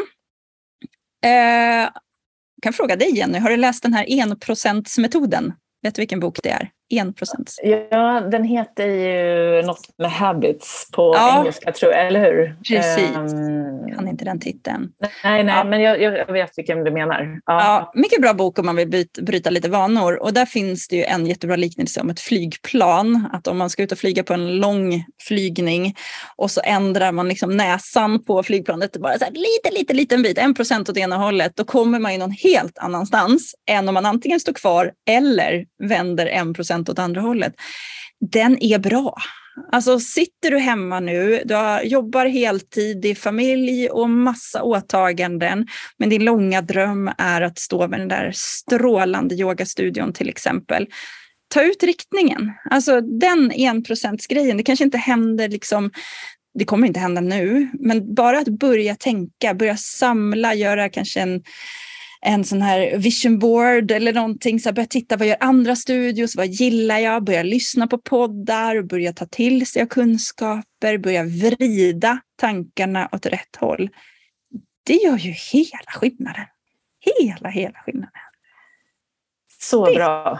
Jag kan fråga dig, Jenny, har du läst den här 1%-metoden? Vet du vilken bok det är? 1%. Ja, den heter ju något med habits på engelska, tror jag, eller hur? Precis. Jag kan inte den titeln. Nej, men jag vet vilken du menar. Ja, mycket bra bok om man vill bryta lite vanor. Och där finns det ju en jättebra liknelse om ett flygplan. Att om man ska ut och flyga på en lång flygning och så ändrar man liksom näsan på flygplanet bara så här liten bit, 1% åt ena hållet, då kommer man ju någon helt annanstans än om man antingen står kvar eller vänder 1% åt andra hållet. Den är bra. Alltså sitter du hemma nu, jobbar heltid i familj och massa åtaganden, men din långa dröm är att stå med den där strålande yogastudion till exempel. Ta ut riktningen. Alltså den 1%-grejen, det kanske inte händer liksom, det kommer inte hända nu, men bara att börja tänka, börja samla, göra kanske en sån här vision board eller någonting, så börja titta, vad gör andra studios, vad gillar jag, börja lyssna på poddar, börja ta till sig av kunskaper, börja vrida tankarna åt rätt håll. Det gör ju hela skillnaden. Hela skillnaden. Så bra.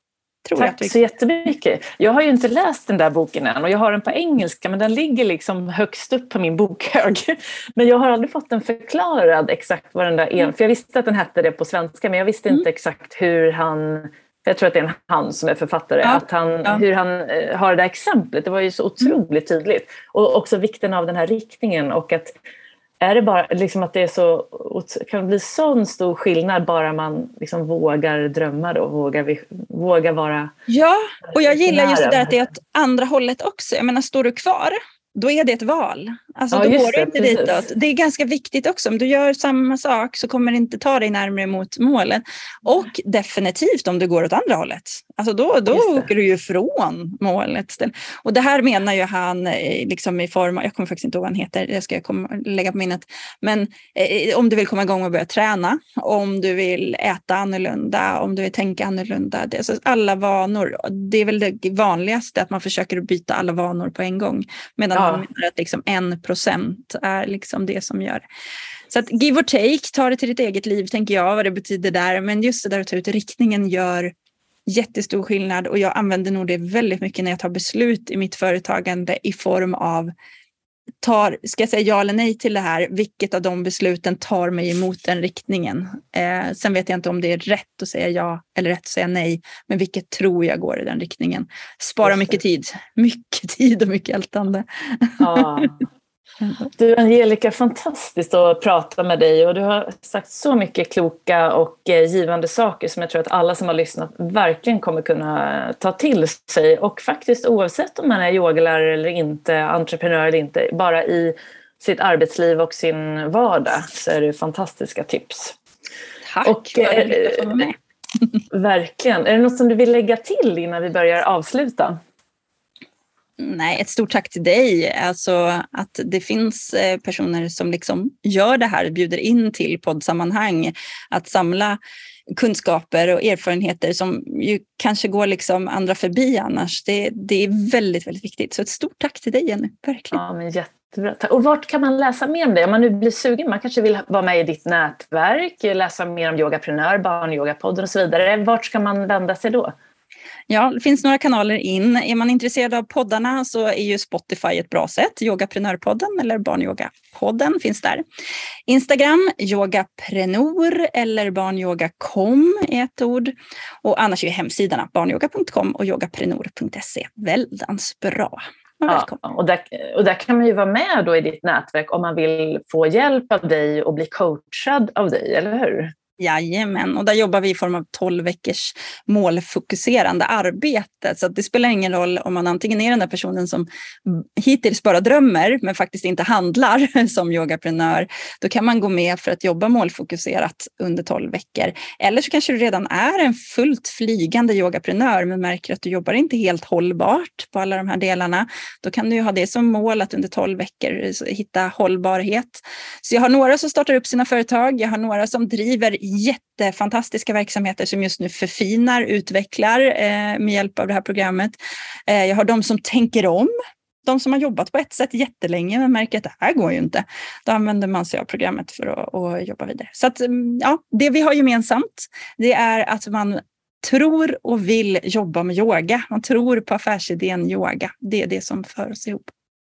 Tack så jättemycket. Jag har ju inte läst den där boken än och jag har den på engelska, men den ligger liksom högst upp på min bokhög. Men jag har aldrig fått den förklarad exakt vad den där är. För jag visste att den hette det på svenska, men jag visste inte exakt hur han... Jag tror att det är han som är författare. Hur han har det där exemplet. Det var ju så otroligt tydligt. Och också vikten av den här riktningen och att är det bara liksom att det är så, kan det bli sån stor skillnad bara man liksom vågar drömma då, vågar vara. Ja, och jag gillar just det där att det är åt andra hållet också. Jag menar, står du kvar, då är det ett val. Alltså då går du inte ditåt. Det är ganska viktigt också. Om du gör samma sak så kommer det inte ta dig närmare mot målet. Och definitivt om du går åt andra hållet. Alltså då åker du ju från målet. Och det här menar ju han liksom i form av, jag kommer faktiskt inte ihåg vad han heter, det ska jag lägga på minnet. Men om du vill komma igång och börja träna, om du vill äta annorlunda, om du vill tänka annorlunda. Det, alltså alla vanor, det är väl det vanligaste att man försöker byta alla vanor på en gång. Medan man menar att liksom 1% är liksom det som gör. Så att give or take, ta det till ditt eget liv, tänker jag vad det betyder där. Men just det där att ta ut riktningen gör jättestor skillnad. Och jag använder nog det väldigt mycket när jag tar beslut i mitt företagande i form av ska jag säga ja eller nej till det här? Vilket av de besluten tar mig emot den riktningen? Sen vet jag inte om det är rätt att säga ja eller rätt att säga nej. Men vilket tror jag går i den riktningen? Spara mycket tid. Mycket tid och mycket ältande. Ja. Du Angelica, fantastiskt att prata med dig och du har sagt så mycket kloka och givande saker som jag tror att alla som har lyssnat verkligen kommer kunna ta till sig och faktiskt oavsett om man är yogalärare eller inte, entreprenör eller inte, bara i sitt arbetsliv och sin vardag så är det fantastiska tips. Tack och, för att du var med. Verkligen. Är det något som du vill lägga till innan vi börjar avsluta? Nej, ett stort tack till dig. Alltså att det finns personer som liksom gör det här, bjuder in till poddsammanhang, att samla kunskaper och erfarenheter som ju kanske går liksom andra förbi annars. Det är väldigt, väldigt viktigt. Så ett stort tack till dig, Jenny. Verkligen. Ja, men jättebra. Och vart kan man läsa mer om det? Om man nu blir sugen, man kanske vill vara med i ditt nätverk, läsa mer om Yogaprenör, Barnyogapodden och så vidare. Vart ska man vända sig då? Ja, det finns några kanaler in. Är man intresserad av poddarna så är ju Spotify ett bra sätt. Yogaprenörpodden eller Barnyogapodden finns där. Instagram, Yogaprenor eller barnyoga.com är ett ord. Och annars är ju hemsidorna barnyoga.com och yogaprenor.se. Väldans bra. Ja, och där kan man ju vara med då i ditt nätverk om man vill få hjälp av dig och bli coachad av dig, eller hur? Jajamän, och där jobbar vi i form av 12 veckors målfokuserande arbete. Så att det spelar ingen roll om man antingen är den där personen som hittills bara drömmer men faktiskt inte handlar som yogaprenör. Då kan man gå med för att jobba målfokuserat under 12 veckor. Eller så kanske du redan är en fullt flygande yogaprenör men märker att du jobbar inte helt hållbart på alla de här delarna. Då kan du ju ha det som mål att under 12 veckor hitta hållbarhet. Så jag har några som startar upp sina företag. Jag har några som driver jättefantastiska verksamheter som just nu förfinar, utvecklar med hjälp av det här programmet. Jag har de som tänker om, de som har jobbat på ett sätt jättelänge men märker att det här går ju inte. Då använder man sig av programmet för att jobba vidare. Så att, ja, det vi har gemensamt, det är att man tror och vill jobba med yoga. Man tror på affärsidén yoga. Det är det som för oss ihop.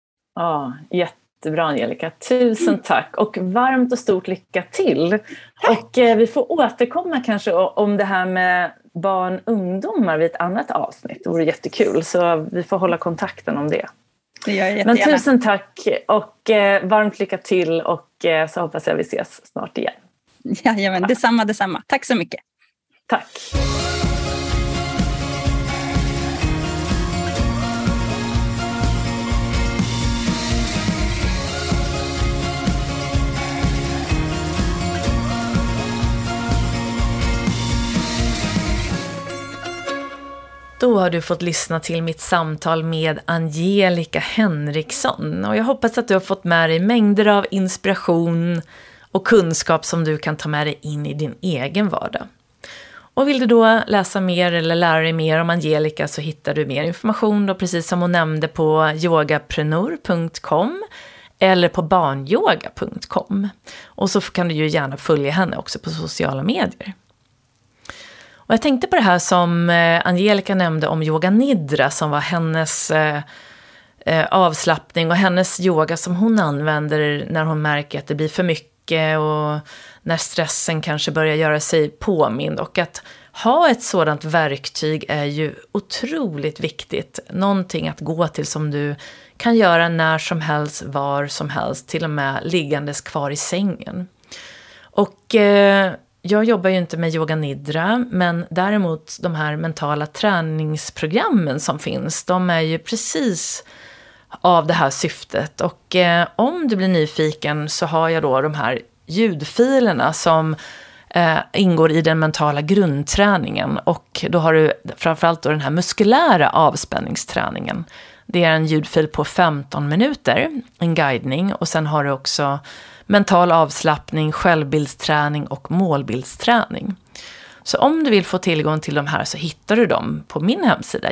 Ja, jättebra Angelica. Tusen tack och varmt och stort lycka till. Och vi får återkomma kanske om det här med barn och ungdomar vid ett annat avsnitt. Det vore jättekul, så vi får hålla kontakten om det. Det gör jag jättegärna. Men tusen tack och varmt lycka till och så hoppas jag vi ses snart igen. Jajamän, detsamma. Tack så mycket. Tack. Då har du fått lyssna till mitt samtal med Angelica Henriksson och jag hoppas att du har fått med dig mängder av inspiration och kunskap som du kan ta med dig in i din egen vardag. Och vill du då läsa mer eller lära dig mer om Angelica så hittar du mer information då, precis som hon nämnde, på yogaprenor.com eller på barnyoga.com. Och så kan du ju gärna följa henne också på sociala medier. Och jag tänkte på det här som Angelica nämnde om yoga nidra som var hennes avslappning och hennes yoga som hon använder när hon märker att det blir för mycket och när stressen kanske börjar göra sig påmind. Och att ha ett sådant verktyg är ju otroligt viktigt. Någonting att gå till som du kan göra när som helst, var som helst, till och med liggandes kvar i sängen. Och jag jobbar ju inte med yoga nidra, men däremot de här mentala träningsprogrammen som finns, de är ju precis av det här syftet. Och om du blir nyfiken så har jag då de här ljudfilerna som ingår i den mentala grundträningen. Och då har du framförallt då den här muskulära avspänningsträningen. Det är en ljudfil på 15 minuter, en guidning, och sen har du också mental avslappning, självbildsträning och målbildsträning. Så om du vill få tillgång till de här så hittar du dem på min hemsida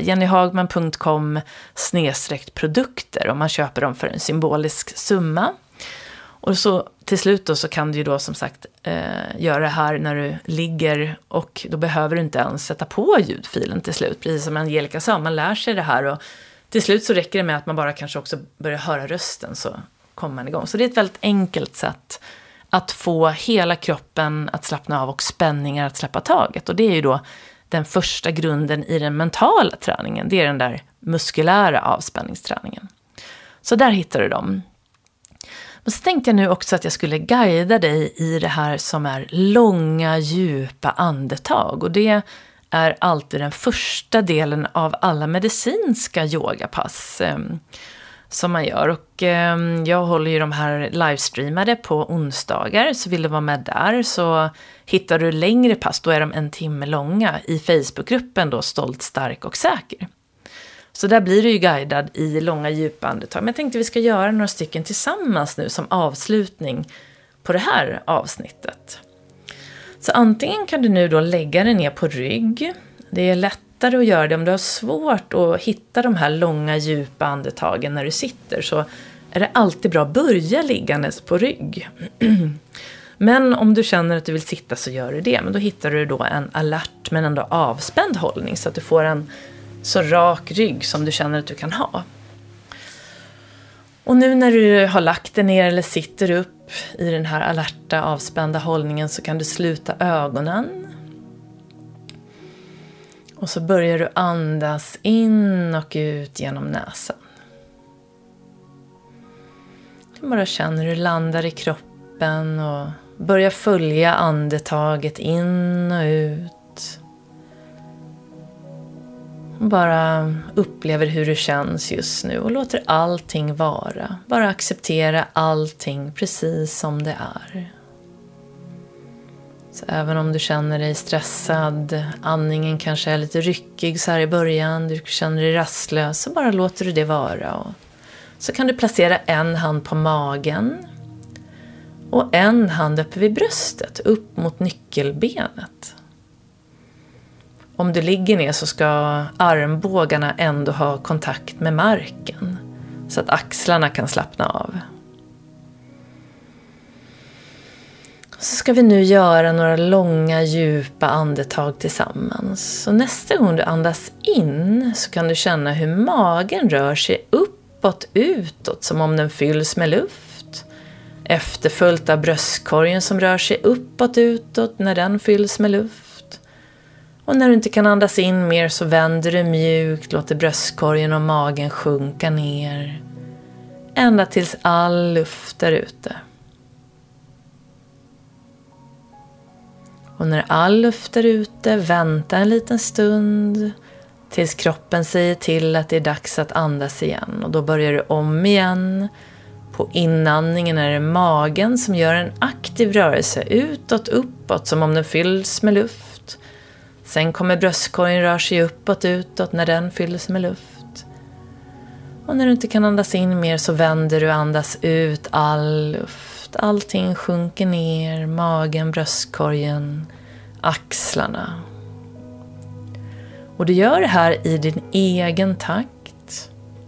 jennyhagman.com/produkter om man köper dem för en symbolisk summa. Och så till slut då så kan du ju då som sagt göra det här när du ligger, och då behöver du inte ens sätta på ljudfilen till slut. Precis som Angelica sa, man lär sig det här och till slut så räcker det med att man bara kanske också börjar höra rösten så kommer man igång. Så det är ett väldigt enkelt sätt att få hela kroppen att slappna av och spänningar att släppa taget. Och det är ju då den första grunden i den mentala träningen. Det är den där muskulära avspänningsträningen. Så där hittar du dem. Men så tänkte jag nu också att jag skulle guida dig i det här som är långa, djupa andetag. Och det är alltid den första delen av alla medicinska yogapass som man gör. Och jag håller ju de här livestreamade på onsdagar, så vill du vara med där så hittar du längre pass, då är de 1 timme långa i Facebookgruppen då, Stolt, stark och säker. Så där blir du ju guidad i långa djupa andetag. Men jag tänkte vi ska göra några stycken tillsammans nu som avslutning på det här avsnittet. Så antingen kan du nu då lägga dig ner på rygg. Det är lättare att göra det om du har svårt att hitta de här långa djupa andetagen när du sitter, så är det alltid bra att börja liggandes på rygg. Men om du känner att du vill sitta så gör du det. Men då hittar du då en alert men ändå avspänd hållning så att du får en så rak rygg som du känner att du kan ha. Och nu när du har lagt dig ner eller sitter upp i den här alerta avspända hållningen så kan du sluta ögonen. Och så börjar du andas in och ut genom näsan. Du bara känner hur du landar i kroppen och börjar följa andetaget in och ut. Bara upplever hur det känns just nu och låter allting vara. Bara acceptera allting precis som det är. Så även om du känner dig stressad, andningen kanske är lite ryckig så här i början, du känner dig rastlös, så bara låter du det vara. Och så kan du placera en hand på magen och en hand uppe vid bröstet, upp mot nyckelbenet. Om du ligger ner så ska armbågarna ändå ha kontakt med marken så att axlarna kan slappna av. Så ska vi nu göra några långa djupa andetag tillsammans. Så nästa gång du andas in så kan du känna hur magen rör sig uppåt, utåt som om den fylls med luft. Efterföljt av bröstkorgen som rör sig uppåt, utåt när den fylls med luft. Och när du inte kan andas in mer så vänder du mjukt, låter bröstkorgen och magen sjunka ner. Ända tills all luft där ute. Och när all luft är ute, vänta en liten stund tills kroppen säger till att det är dags att andas igen. Och då börjar du om igen. På inandningen är det magen som gör en aktiv rörelse utåt, uppåt som om den fylls med luft. Sen kommer bröstkorgen röra sig uppåt, utåt när den fylls med luft. Och när du inte kan andas in mer så vänder du och andas ut all luft. Allting sjunker ner, magen, bröstkorgen, axlarna. Och du gör det här i din egen takt.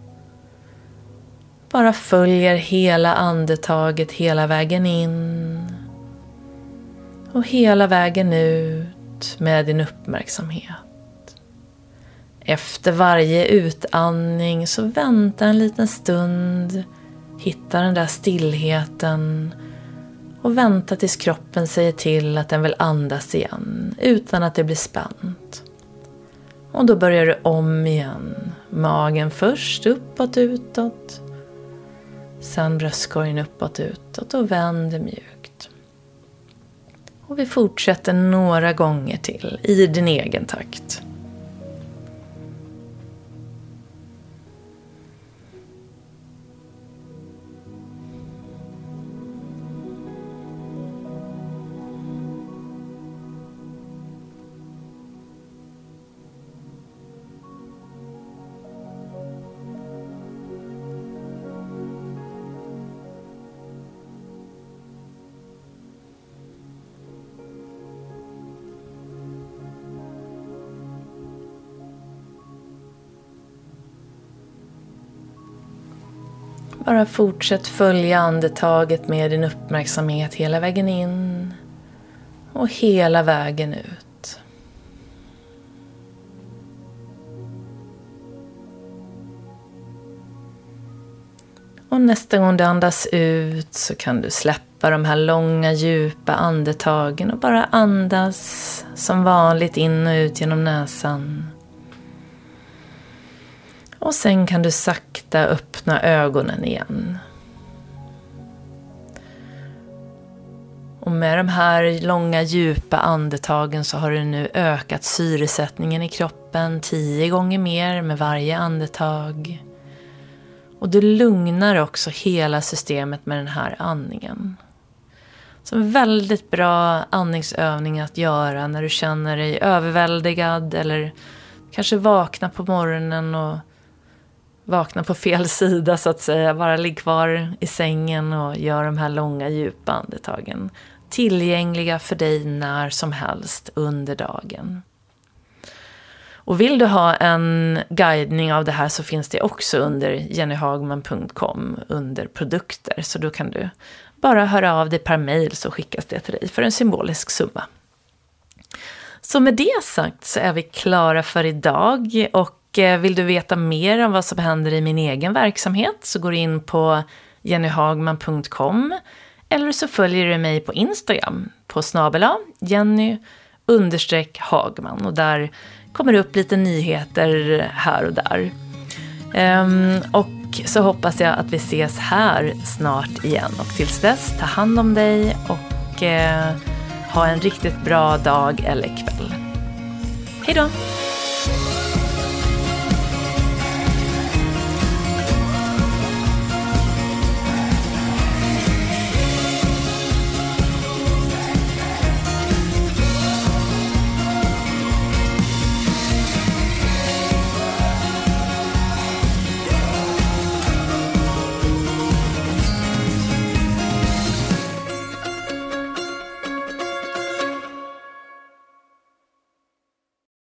Bara följer hela andetaget hela vägen in. Och hela vägen ut med din uppmärksamhet. Efter varje utandning så vänta en liten stund. Hitta den där stillheten och vänta tills kroppen säger till att den vill andas igen utan att det blir spänt. Och då börjar du om igen. Magen först uppåt, utåt. Sen bröstkorgen uppåt, utåt och vänder mjukt. Och vi fortsätter några gånger till i din egen takt. Bara fortsätt följa andetaget med din uppmärksamhet hela vägen in och hela vägen ut. Och nästa gång du andas ut så kan du släppa de här långa djupa andetagen och bara andas som vanligt in och ut genom näsan. Och sen kan du sakta öppna ögonen igen. Och med de här långa djupa andetagen så har du nu ökat syresättningen i kroppen 10 gånger mer med varje andetag. Och du lugnar också hela systemet med den här andningen. Så en väldigt bra andningsövning att göra när du känner dig överväldigad eller kanske vakna på morgonen och vakna på fel sida så att säga. Bara ligg kvar i sängen och gör de här långa djupa andetagen. tillgängliga för dig när som helst under dagen. Och vill du ha en guidning av det här så finns det också under jennyhagman.com under produkter. Så då kan du bara höra av dig per mejl så skickas det till dig för en symbolisk summa. Så med det sagt så är vi klara för idag, och vill du veta mer om vad som händer i min egen verksamhet så går du in på jennyhagman.com eller så följer du mig på Instagram på @Jenny_Hagman, och där kommer det upp lite nyheter här och där. Och så hoppas jag att vi ses här snart igen, och tills dess ta hand om dig och ha en riktigt bra dag eller kväll. Hej då!